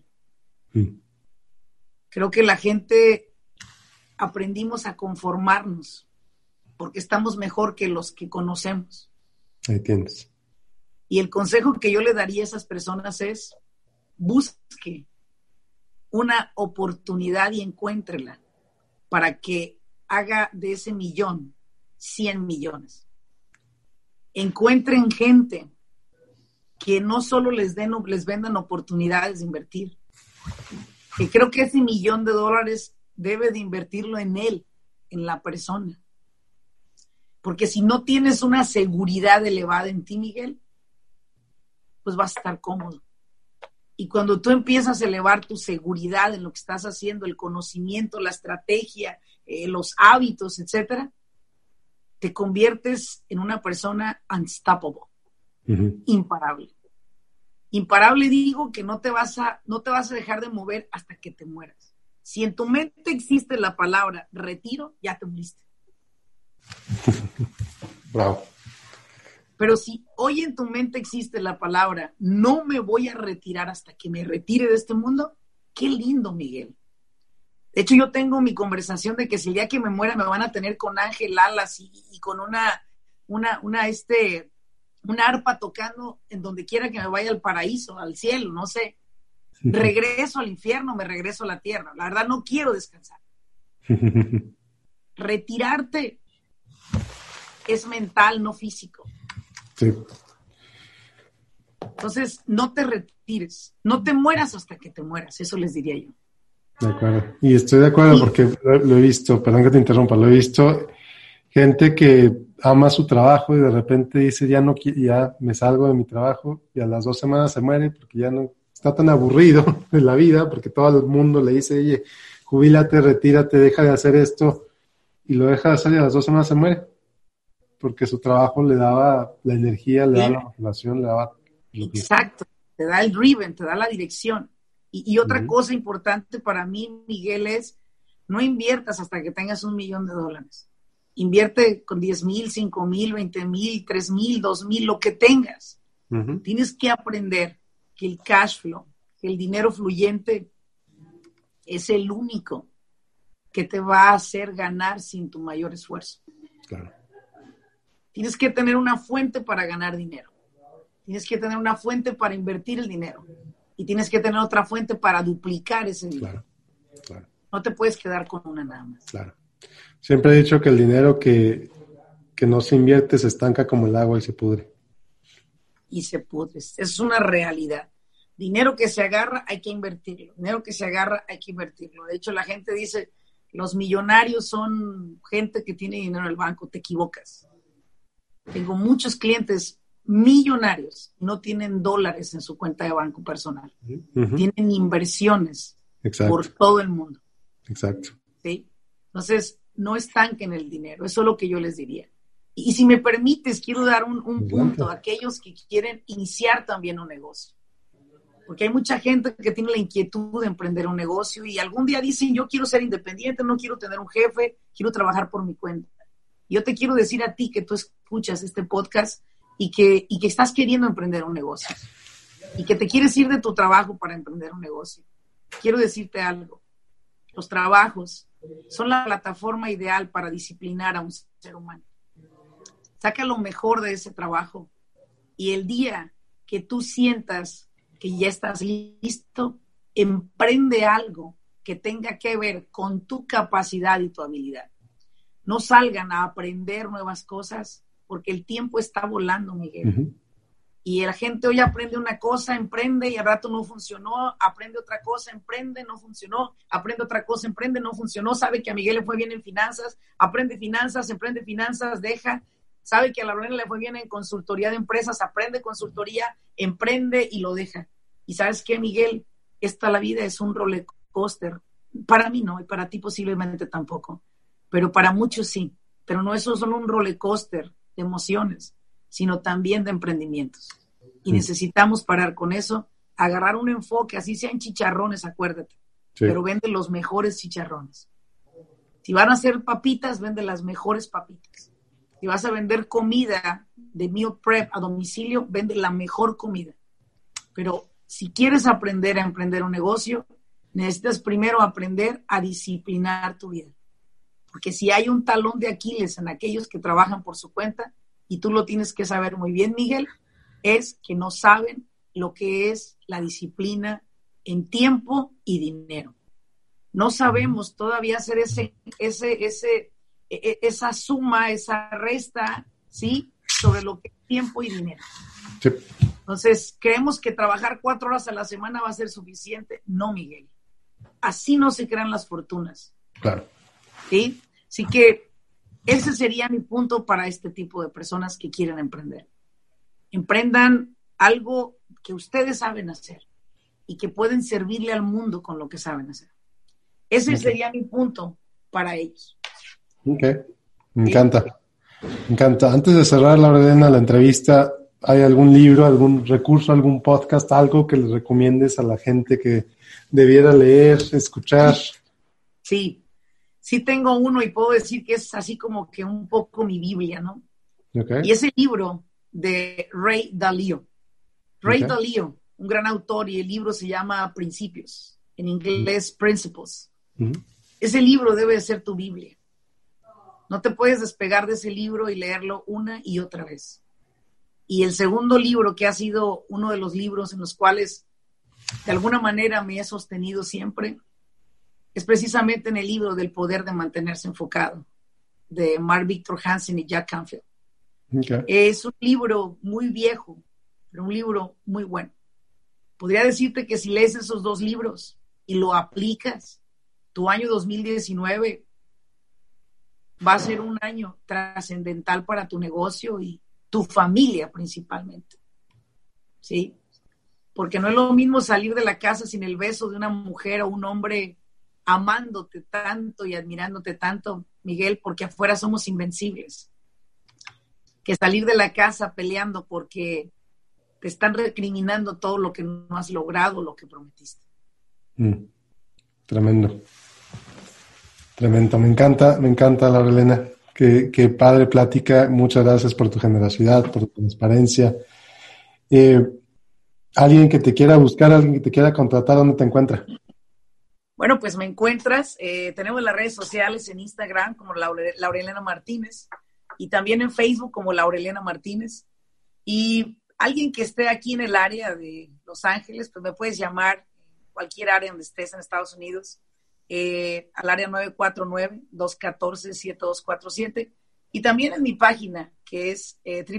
Creo que la gente aprendimos a conformarnos porque estamos mejor que los que conocemos.
Ahí tienes.
Y el consejo que yo le daría a esas personas es, busque una oportunidad y encuéntrela para que haga de ese millón 100 millones. Encuentren gente que no solo les vendan oportunidades de invertir, que creo que ese $1,000,000 debe de invertirlo en él, en la persona. Porque si no tienes una seguridad elevada en ti, Miguel, pues vas a estar cómodo. Y cuando tú empiezas a elevar tu seguridad en lo que estás haciendo, el conocimiento, la estrategia, los hábitos, etcétera, te conviertes en una persona unstoppable, imparable. Imparable digo que no te vas a dejar de mover hasta que te mueras. Si en tu mente existe la palabra retiro, ya te moriste.
Bravo.
Pero si hoy en tu mente existe la palabra no me voy a retirar hasta que me retire de este mundo, qué lindo, Miguel. De hecho, yo tengo mi conversación de que si el día que me muera me van a tener con Ángel Alas y con una arpa tocando en donde quiera que me vaya al paraíso, al cielo, no sé. Regreso al infierno, me regreso a la tierra. La verdad no quiero descansar. Retirarte es mental, no físico.
Sí.
Entonces, no te retires, no te mueras hasta que te mueras, eso les diría yo.
De acuerdo. Y estoy de acuerdo porque lo he visto, perdón que te interrumpa, lo he visto, gente que ama su trabajo y de repente dice, ya me salgo de mi trabajo y a las 2 semanas se muere porque ya no está tan aburrido de la vida, porque todo el mundo le dice, oye, jubílate, retírate, deja de hacer esto, y lo deja de hacer y a las 2 semanas se muere, porque su trabajo le daba la energía, le daba la motivación, le daba...
Exacto, te da el driven, te da la dirección. Y otra cosa importante para mí, Miguel, es no inviertas hasta que tengas $1,000,000. Invierte con 10,000, 5,000, 20,000, 3,000, 2,000, lo que tengas. Tienes que aprender que el cash flow, que el dinero fluyente es el único que te va a hacer ganar sin tu mayor esfuerzo.
Claro.
Tienes que tener una fuente para ganar dinero. Tienes que tener una fuente para invertir el dinero. Y tienes que tener otra fuente para duplicar ese dinero.
Claro.
No te puedes quedar con una nada más.
Claro. Siempre he dicho que el dinero que no se invierte se estanca como el agua y se pudre.
Y se pudre. Es una realidad. Dinero que se agarra hay que invertirlo. Dinero que se agarra hay que invertirlo. De hecho, la gente dice, los millonarios son gente que tiene dinero en el banco. Te equivocas. Tengo muchos clientes millonarios, no tienen dólares en su cuenta de banco personal. Tienen inversiones. Exacto. Por todo el mundo.
Exacto.
¿Sí? Entonces, no estanquen el dinero. Eso es lo que yo les diría. Y si me permites, quiero dar un punto a aquellos que quieren iniciar también un negocio. Porque hay mucha gente que tiene la inquietud de emprender un negocio y algún día dicen, yo quiero ser independiente, no quiero tener un jefe, quiero trabajar por mi cuenta. Yo te quiero decir a ti que tú escuchas este podcast y que estás queriendo emprender un negocio y que te quieres ir de tu trabajo para emprender un negocio. Quiero decirte algo. Los trabajos son la plataforma ideal para disciplinar a un ser humano. Saca lo mejor de ese trabajo y el día que tú sientas que ya estás listo, emprende algo que tenga que ver con tu capacidad y tu habilidad. No salgan a aprender nuevas cosas porque el tiempo está volando, Miguel. Y la gente hoy aprende una cosa, emprende y al rato no funcionó, aprende otra cosa, emprende, no funcionó, aprende otra cosa, emprende, no funcionó, sabe que a Miguel le fue bien en finanzas, aprende finanzas, emprende finanzas, deja. sabe que a Lorena le fue bien en consultoría de empresas, aprende consultoría, emprende y lo deja. Y ¿sabes qué, Miguel? La vida es un roller coaster. Para mí no, y para ti posiblemente tampoco, pero para muchos sí. Pero no es solo un roller coaster de emociones, sino también de emprendimientos. Y necesitamos parar con eso, agarrar un enfoque, así sean chicharrones, acuérdate, pero vende los mejores chicharrones. Si van a hacer papitas, vende las mejores papitas. Si vas a vender comida de meal prep a domicilio, vende la mejor comida. Pero si quieres aprender a emprender un negocio, necesitas primero aprender a disciplinar tu vida. Porque si hay un talón de Aquiles en aquellos que trabajan por su cuenta, y tú lo tienes que saber muy bien, Miguel, es que no saben lo que es la disciplina en tiempo y dinero. No sabemos todavía hacer esa suma, esa resta, ¿sí? Sobre lo que es tiempo y dinero. Sí. Entonces, creemos que trabajar 4 horas a la semana va a ser suficiente. No, Miguel. Así no se crean las fortunas.
Claro.
¿Sí? Así que ese sería mi punto para este tipo de personas que quieren emprender. Emprendan algo que ustedes saben hacer y que pueden servirle al mundo con lo que saben hacer. Ese sería mi punto para ellos.
Ok, me encanta. Me encanta. Antes de cerrar, Laurelena, la entrevista, ¿hay algún libro, algún recurso, algún podcast, algo que les recomiendes a la gente que debiera leer, escuchar?
Sí tengo uno y puedo decir que es así como que un poco mi Biblia, ¿no?
Okay.
Y ese libro de Ray Dalio. Ray Dalio, un gran autor, y el libro se llama Principios, en inglés Principles. Ese libro debe de ser tu Biblia. No te puedes despegar de ese libro y leerlo una y otra vez. Y el segundo libro, que ha sido uno de los libros en los cuales de alguna manera me he sostenido siempre, es precisamente en el libro del poder de mantenerse enfocado, de Mark Victor Hansen y Jack Canfield. Okay. Es un libro muy viejo, pero un libro muy bueno. Podría decirte que si lees esos 2 libros y lo aplicas, tu año 2019 va a ser un año trascendental para tu negocio y tu familia principalmente. ¿Sí? Porque no es lo mismo salir de la casa sin el beso de una mujer o un hombre amándote tanto y admirándote tanto, Miguel, porque afuera somos invencibles, que salir de la casa peleando porque te están recriminando todo lo que no has logrado, lo que prometiste.
Tremendo. Me encanta, Laurelena. Qué padre plática. Muchas gracias por tu generosidad, por tu transparencia. Alguien que te quiera buscar, alguien que te quiera contratar, ¿dónde te encuentra?
Bueno, pues me encuentras, tenemos las redes sociales en Instagram como Laurelena Martínez y también en Facebook como Laurelena Martínez. Y alguien que esté aquí en el área de Los Ángeles, pues me puedes llamar en cualquier área donde estés en Estados Unidos, al área 949-214-7247. Y también en mi página, que es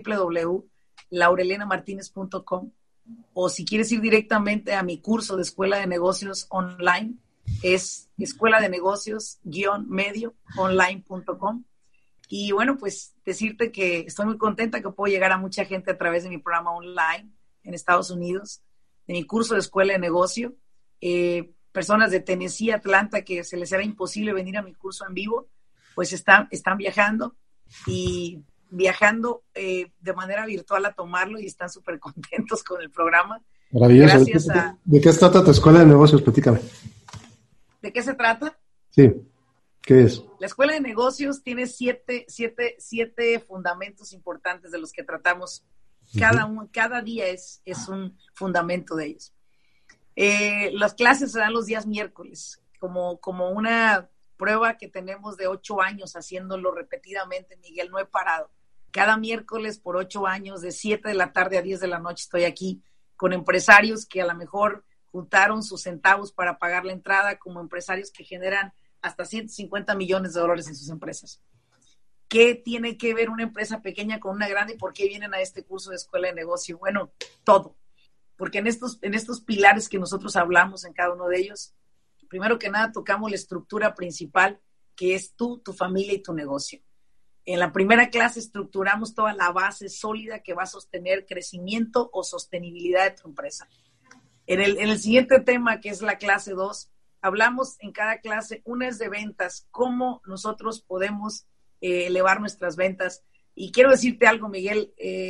www.laurelenamartinez.com. O si quieres ir directamente a mi curso de Escuela de Negocios Online, es escuela de negocios-medio-online.com. Y bueno, pues decirte que estoy muy contenta que puedo llegar a mucha gente a través de mi programa online en Estados Unidos, de mi curso de Escuela de Negocio. Personas de Tennessee, Atlanta, que se les era imposible venir a mi curso en vivo, pues están viajando y viajando de manera virtual a tomarlo y están súper contentos con el programa.
Maravilloso. ¿De qué se trata tu Escuela de Negocios? Platícame.
¿De qué se trata?
Sí. ¿Qué es?
La Escuela de Negocios tiene siete fundamentos importantes de los que tratamos. Cada día es un fundamento de ellos. Las clases se dan los días miércoles, como una prueba que tenemos de 8 años haciéndolo repetidamente, Miguel, no he parado. Cada miércoles por 8 años, de 7 de la tarde a 10 de la noche, estoy aquí con empresarios que a lo mejor juntaron sus centavos para pagar la entrada, como empresarios que generan hasta $150 millones en sus empresas. ¿Qué tiene que ver una empresa pequeña con una grande y por qué vienen a este curso de Escuela de Negocio? Bueno, todo. Porque en estos pilares que nosotros hablamos en cada uno de ellos, primero que nada tocamos la estructura principal, que es tú, tu familia y tu negocio. En la primera clase estructuramos toda la base sólida que va a sostener crecimiento o sostenibilidad de tu empresa. En el siguiente tema, que es la clase 2, hablamos en cada clase, una es de ventas, cómo nosotros podemos elevar nuestras ventas. Y quiero decirte algo, Miguel,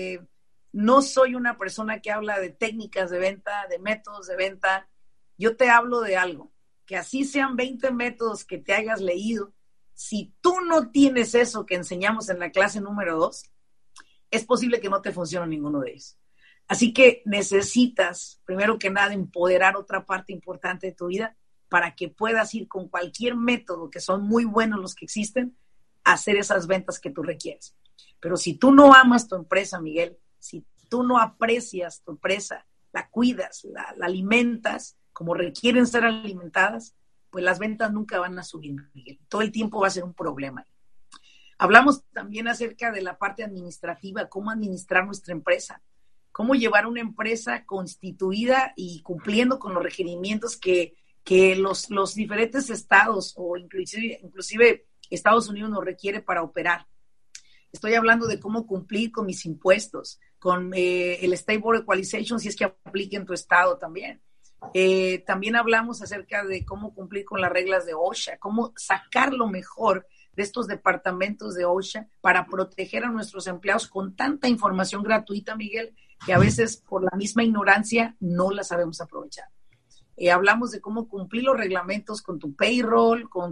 no soy una persona que habla de técnicas de venta, de métodos de venta. Yo te hablo de algo, que así sean 20 métodos que te hayas leído. Si tú no tienes eso que enseñamos en la clase número 2, es posible que no te funcione ninguno de ellos. Así que necesitas, primero que nada, empoderar otra parte importante de tu vida para que puedas ir con cualquier método, que son muy buenos los que existen, a hacer esas ventas que tú requieres. Pero si tú no amas tu empresa, Miguel, si tú no aprecias tu empresa, la cuidas, la alimentas como requieren ser alimentadas, pues las ventas nunca van a subir, Miguel. Todo el tiempo va a ser un problema. Hablamos también acerca de la parte administrativa, cómo administrar nuestra empresa, cómo llevar una empresa constituida y cumpliendo con los requerimientos que los diferentes estados o inclusive Estados Unidos nos requiere para operar. Estoy hablando de cómo cumplir con mis impuestos, con el State Board Equalization, si es que aplique en tu estado también. También hablamos acerca de cómo cumplir con las reglas de OSHA, cómo sacar lo mejor de estos departamentos de OSHA para proteger a nuestros empleados con tanta información gratuita, Miguel, que a veces por la misma ignorancia no la sabemos aprovechar. Hablamos de cómo cumplir los reglamentos con tu payroll, con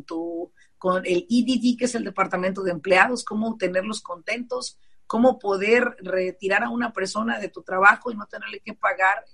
el EDD, que es el departamento de empleados, cómo tenerlos contentos, cómo poder retirar a una persona de tu trabajo y no tenerle que pagar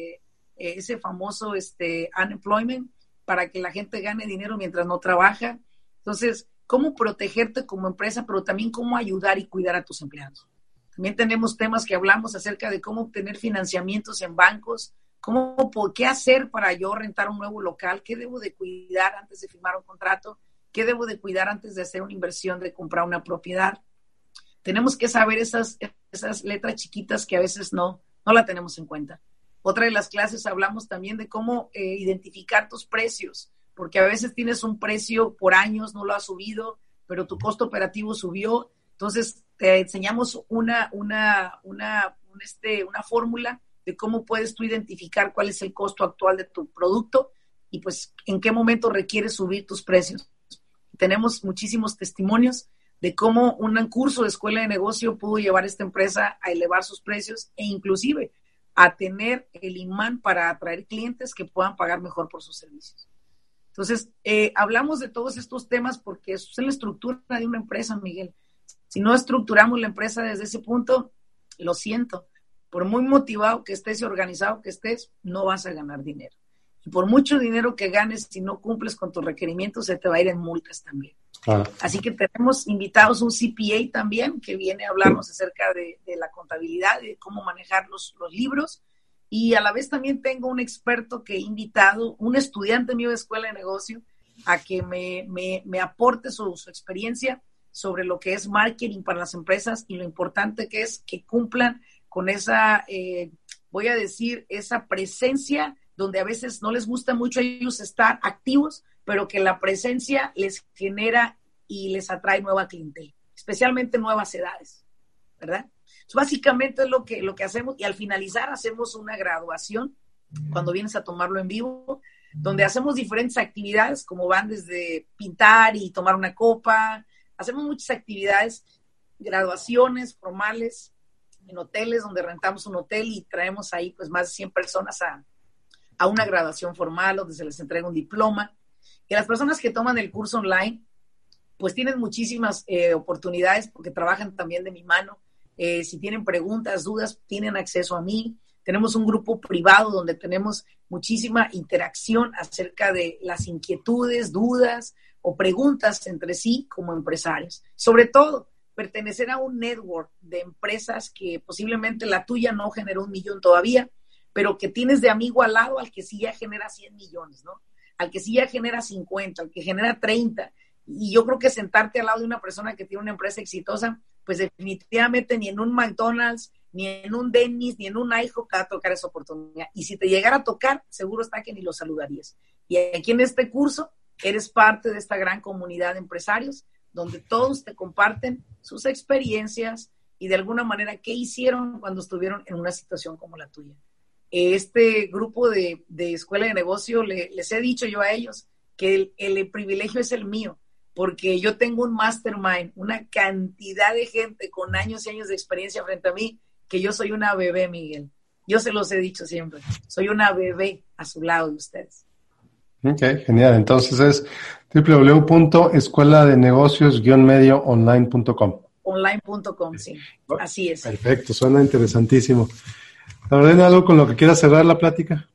ese famoso unemployment para que la gente gane dinero mientras no trabaja. Entonces, cómo protegerte como empresa, pero también cómo ayudar y cuidar a tus empleados. También tenemos temas que hablamos acerca de cómo obtener financiamientos en bancos, qué hacer para yo rentar un nuevo local, qué debo de cuidar antes de firmar un contrato, qué debo de cuidar antes de hacer una inversión, de comprar una propiedad. Tenemos que saber esas letras chiquitas que a veces no la tenemos en cuenta. Otra de las clases hablamos también de cómo identificar tus precios, porque a veces tienes un precio por años, no lo has subido, pero tu costo operativo subió. Entonces, te enseñamos una fórmula de cómo puedes tú identificar cuál es el costo actual de tu producto y pues en qué momento requieres subir tus precios. Tenemos muchísimos testimonios de cómo un curso de escuela de negocio pudo llevar a esta empresa a elevar sus precios e inclusive a tener el imán para atraer clientes que puedan pagar mejor por sus servicios. Entonces, hablamos de todos estos temas porque eso es la estructura de una empresa, Miguel. Si no estructuramos la empresa desde ese punto, lo siento, por muy motivado que estés y organizado que estés, no vas a ganar dinero. Y por mucho dinero que ganes, si no cumples con tus requerimientos, se te va a ir en multas también. Claro. Así que tenemos invitados un CPA también, que viene a hablarnos acerca de la contabilidad, de cómo manejar los libros. Y a la vez también tengo un experto que he invitado, un estudiante mío de escuela de negocio, a que me aporte su experiencia sobre lo que es marketing para las empresas y lo importante que es que cumplan con esa, voy a decir, esa presencia donde a veces no les gusta mucho a ellos estar activos, pero que la presencia les genera y les atrae nueva clientela, especialmente nuevas edades, ¿verdad? Entonces, básicamente es lo que hacemos y al finalizar hacemos una graduación cuando vienes a tomarlo en vivo, donde hacemos diferentes actividades como van desde pintar y tomar una copa, hacemos muchas actividades, graduaciones formales en hoteles donde rentamos un hotel y traemos ahí pues más de 100 personas a una graduación formal donde se les entrega un diploma. Y las personas que toman el curso online pues tienen muchísimas oportunidades porque trabajan también de mi mano. Si tienen preguntas, dudas, tienen acceso a mí. Tenemos un grupo privado donde tenemos muchísima interacción acerca de las inquietudes, dudas o preguntas entre sí como empresarios. Sobre todo, pertenecer a un network de empresas que posiblemente la tuya no generó 1 millón todavía, pero que tienes de amigo al lado al que sí ya genera 100 millones, ¿no? Al que sí ya genera 50, al que genera 30. Y yo creo que sentarte al lado de una persona que tiene una empresa exitosa, pues definitivamente ni en un McDonald's, ni en un Denny's, ni en un IHOP te va a tocar esa oportunidad. Y si te llegara a tocar, seguro está que ni lo saludarías. Y aquí en este curso eres parte de esta gran comunidad de empresarios donde todos te comparten sus experiencias y de alguna manera qué hicieron cuando estuvieron en una situación como la tuya. Este grupo de escuela de negocio, les he dicho yo a ellos que el privilegio es el mío, porque yo tengo un mastermind, una cantidad de gente con años y años de experiencia frente a mí, que yo soy una bebé, Miguel. Yo se los he dicho siempre, soy una bebé a su lado de ustedes.
Ok, genial. Entonces es www.escueladenegocios-medioonline.com.
Online.com, sí, así es.
Perfecto, suena interesantísimo. Lorena, ¿algo con lo que quieras cerrar la plática?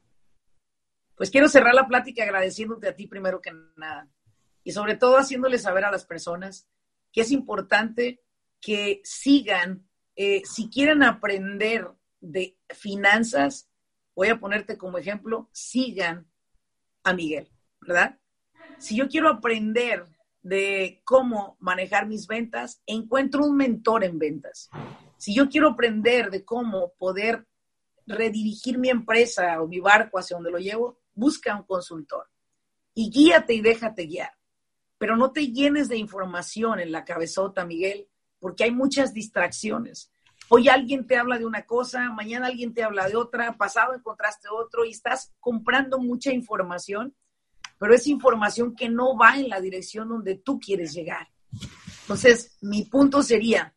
Pues quiero cerrar la plática agradeciéndote a ti primero que nada y sobre todo haciéndole saber a las personas que es importante que sigan, si quieren aprender de finanzas, voy a ponerte como ejemplo, sigan a Miguel, ¿verdad? Si yo quiero aprender de cómo manejar mis ventas, encuentro un mentor en ventas. Si yo quiero aprender de cómo poder redirigir mi empresa o mi barco hacia donde lo llevo, busca un consultor y guíate y déjate guiar. Pero no te llenes de información en la cabezota, Miguel, porque hay muchas distracciones. Hoy alguien te habla de una cosa, mañana alguien te habla de otra, pasado encontraste otro y estás comprando mucha información, pero es información que no va en la dirección donde tú quieres llegar. Entonces, mi punto sería,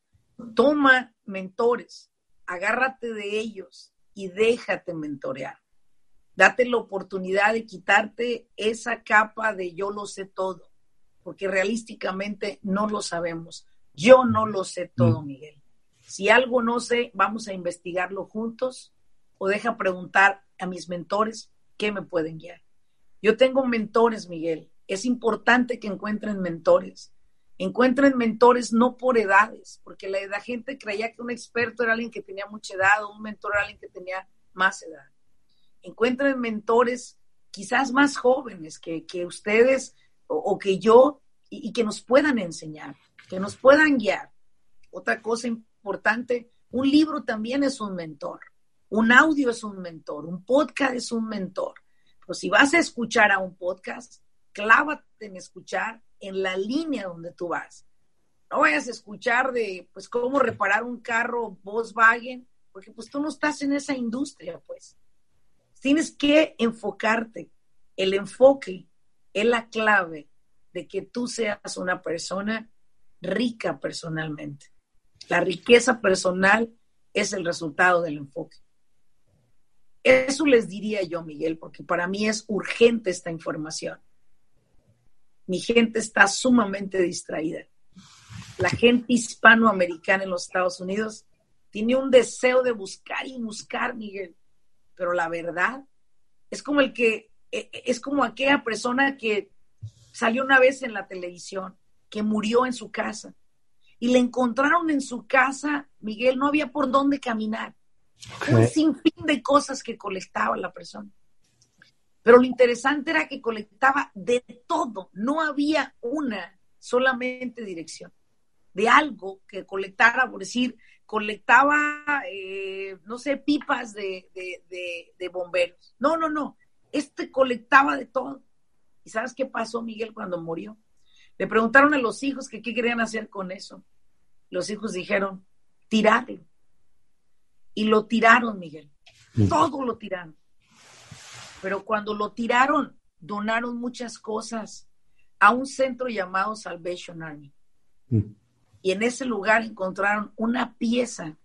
toma mentores, agárrate de ellos y déjate mentorear. Date la oportunidad de quitarte esa capa de yo lo sé todo, porque realísticamente no lo sabemos. Yo no lo sé todo, Miguel. Si algo no sé, vamos a investigarlo juntos o deja preguntar a mis mentores qué me pueden guiar. Yo tengo mentores, Miguel. Es importante que encuentren mentores. Encuentren mentores no por edades, porque la gente creía que un experto era alguien que tenía mucha edad o un mentor era alguien que tenía más edad. Encuentren mentores quizás más jóvenes que ustedes o que yo y que nos puedan enseñar, que nos puedan guiar. Otra cosa importante, un libro también es un mentor, un audio es un mentor, un podcast es un mentor. Pero si vas a escuchar a un podcast, clávate en escuchar en la línea donde tú vas. No vayas a escuchar de pues cómo reparar un carro Volkswagen, porque pues tú no estás en esa industria, pues. Tienes que enfocarte. El enfoque es la clave de que tú seas una persona rica personalmente. La riqueza personal es el resultado del enfoque. Eso les diría yo, Miguel, porque para mí es urgente esta información. Mi gente está sumamente distraída. La gente hispanoamericana en los Estados Unidos tiene un deseo de buscar y buscar, Miguel. Pero la verdad es como aquella persona que salió una vez en la televisión, que murió en su casa y le encontraron en su casa, Miguel, no había por dónde caminar. Okay. Un sinfín de cosas que colectaba la persona. Pero lo interesante era que colectaba de todo, no había una solamente dirección. De algo que colectara, por decir, colectaba, no sé, pipas de bomberos. No. Colectaba de todo. ¿Y sabes qué pasó, Miguel, cuando murió? Le preguntaron a los hijos que qué querían hacer con eso. Los hijos dijeron, tirarlo. Y lo tiraron, Miguel. Todo lo tiraron. Pero cuando lo tiraron, donaron muchas cosas a un centro llamado Salvation Army. Y en ese lugar encontraron una pieza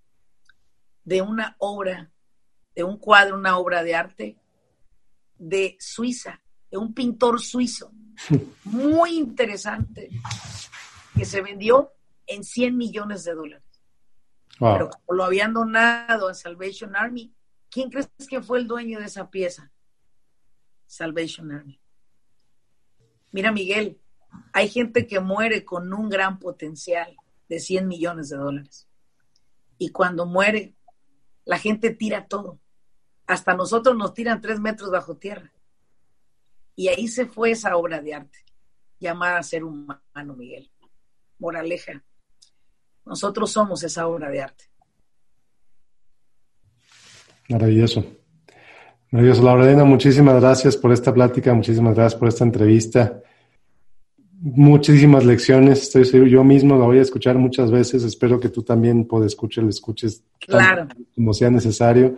de una obra, de un cuadro, una obra de arte de Suiza, de un pintor suizo, muy interesante, que se vendió en $100 millones. Wow. Pero como lo habían donado a Salvation Army, ¿quién crees que fue el dueño de esa pieza? Salvation Army. Mira, Miguel, hay gente que muere con un gran potencial de $100 millones. Y cuando muere, la gente tira todo. Hasta nosotros nos tiran 3 metros bajo tierra. Y ahí se fue esa obra de arte, llamada Ser Humano, Miguel. Moraleja, nosotros somos esa obra de arte.
Maravilloso. Maravilloso. Lorena, muchísimas gracias por esta plática, muchísimas gracias por esta entrevista. muchísimas lecciones, estoy seguro, yo mismo la voy a escuchar muchas veces, espero que tú también lo escuches
Claro.
tanto como sea necesario,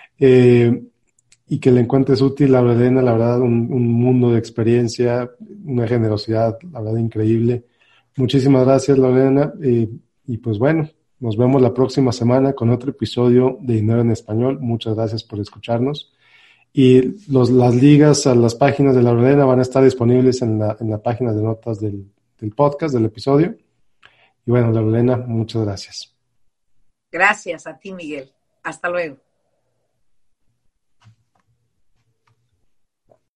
y que le encuentres útil a Lorena, la verdad, un mundo de experiencia, una generosidad, la verdad, increíble. Muchísimas gracias, Lorena, y pues bueno, nos vemos la próxima semana con otro episodio de Dinero en Español. Muchas gracias por escucharnos. Y las ligas a las páginas de la Lorena van a estar disponibles en la página de notas del podcast, del episodio. Y bueno, Lorena, muchas gracias.
Gracias a ti, Miguel. Hasta luego.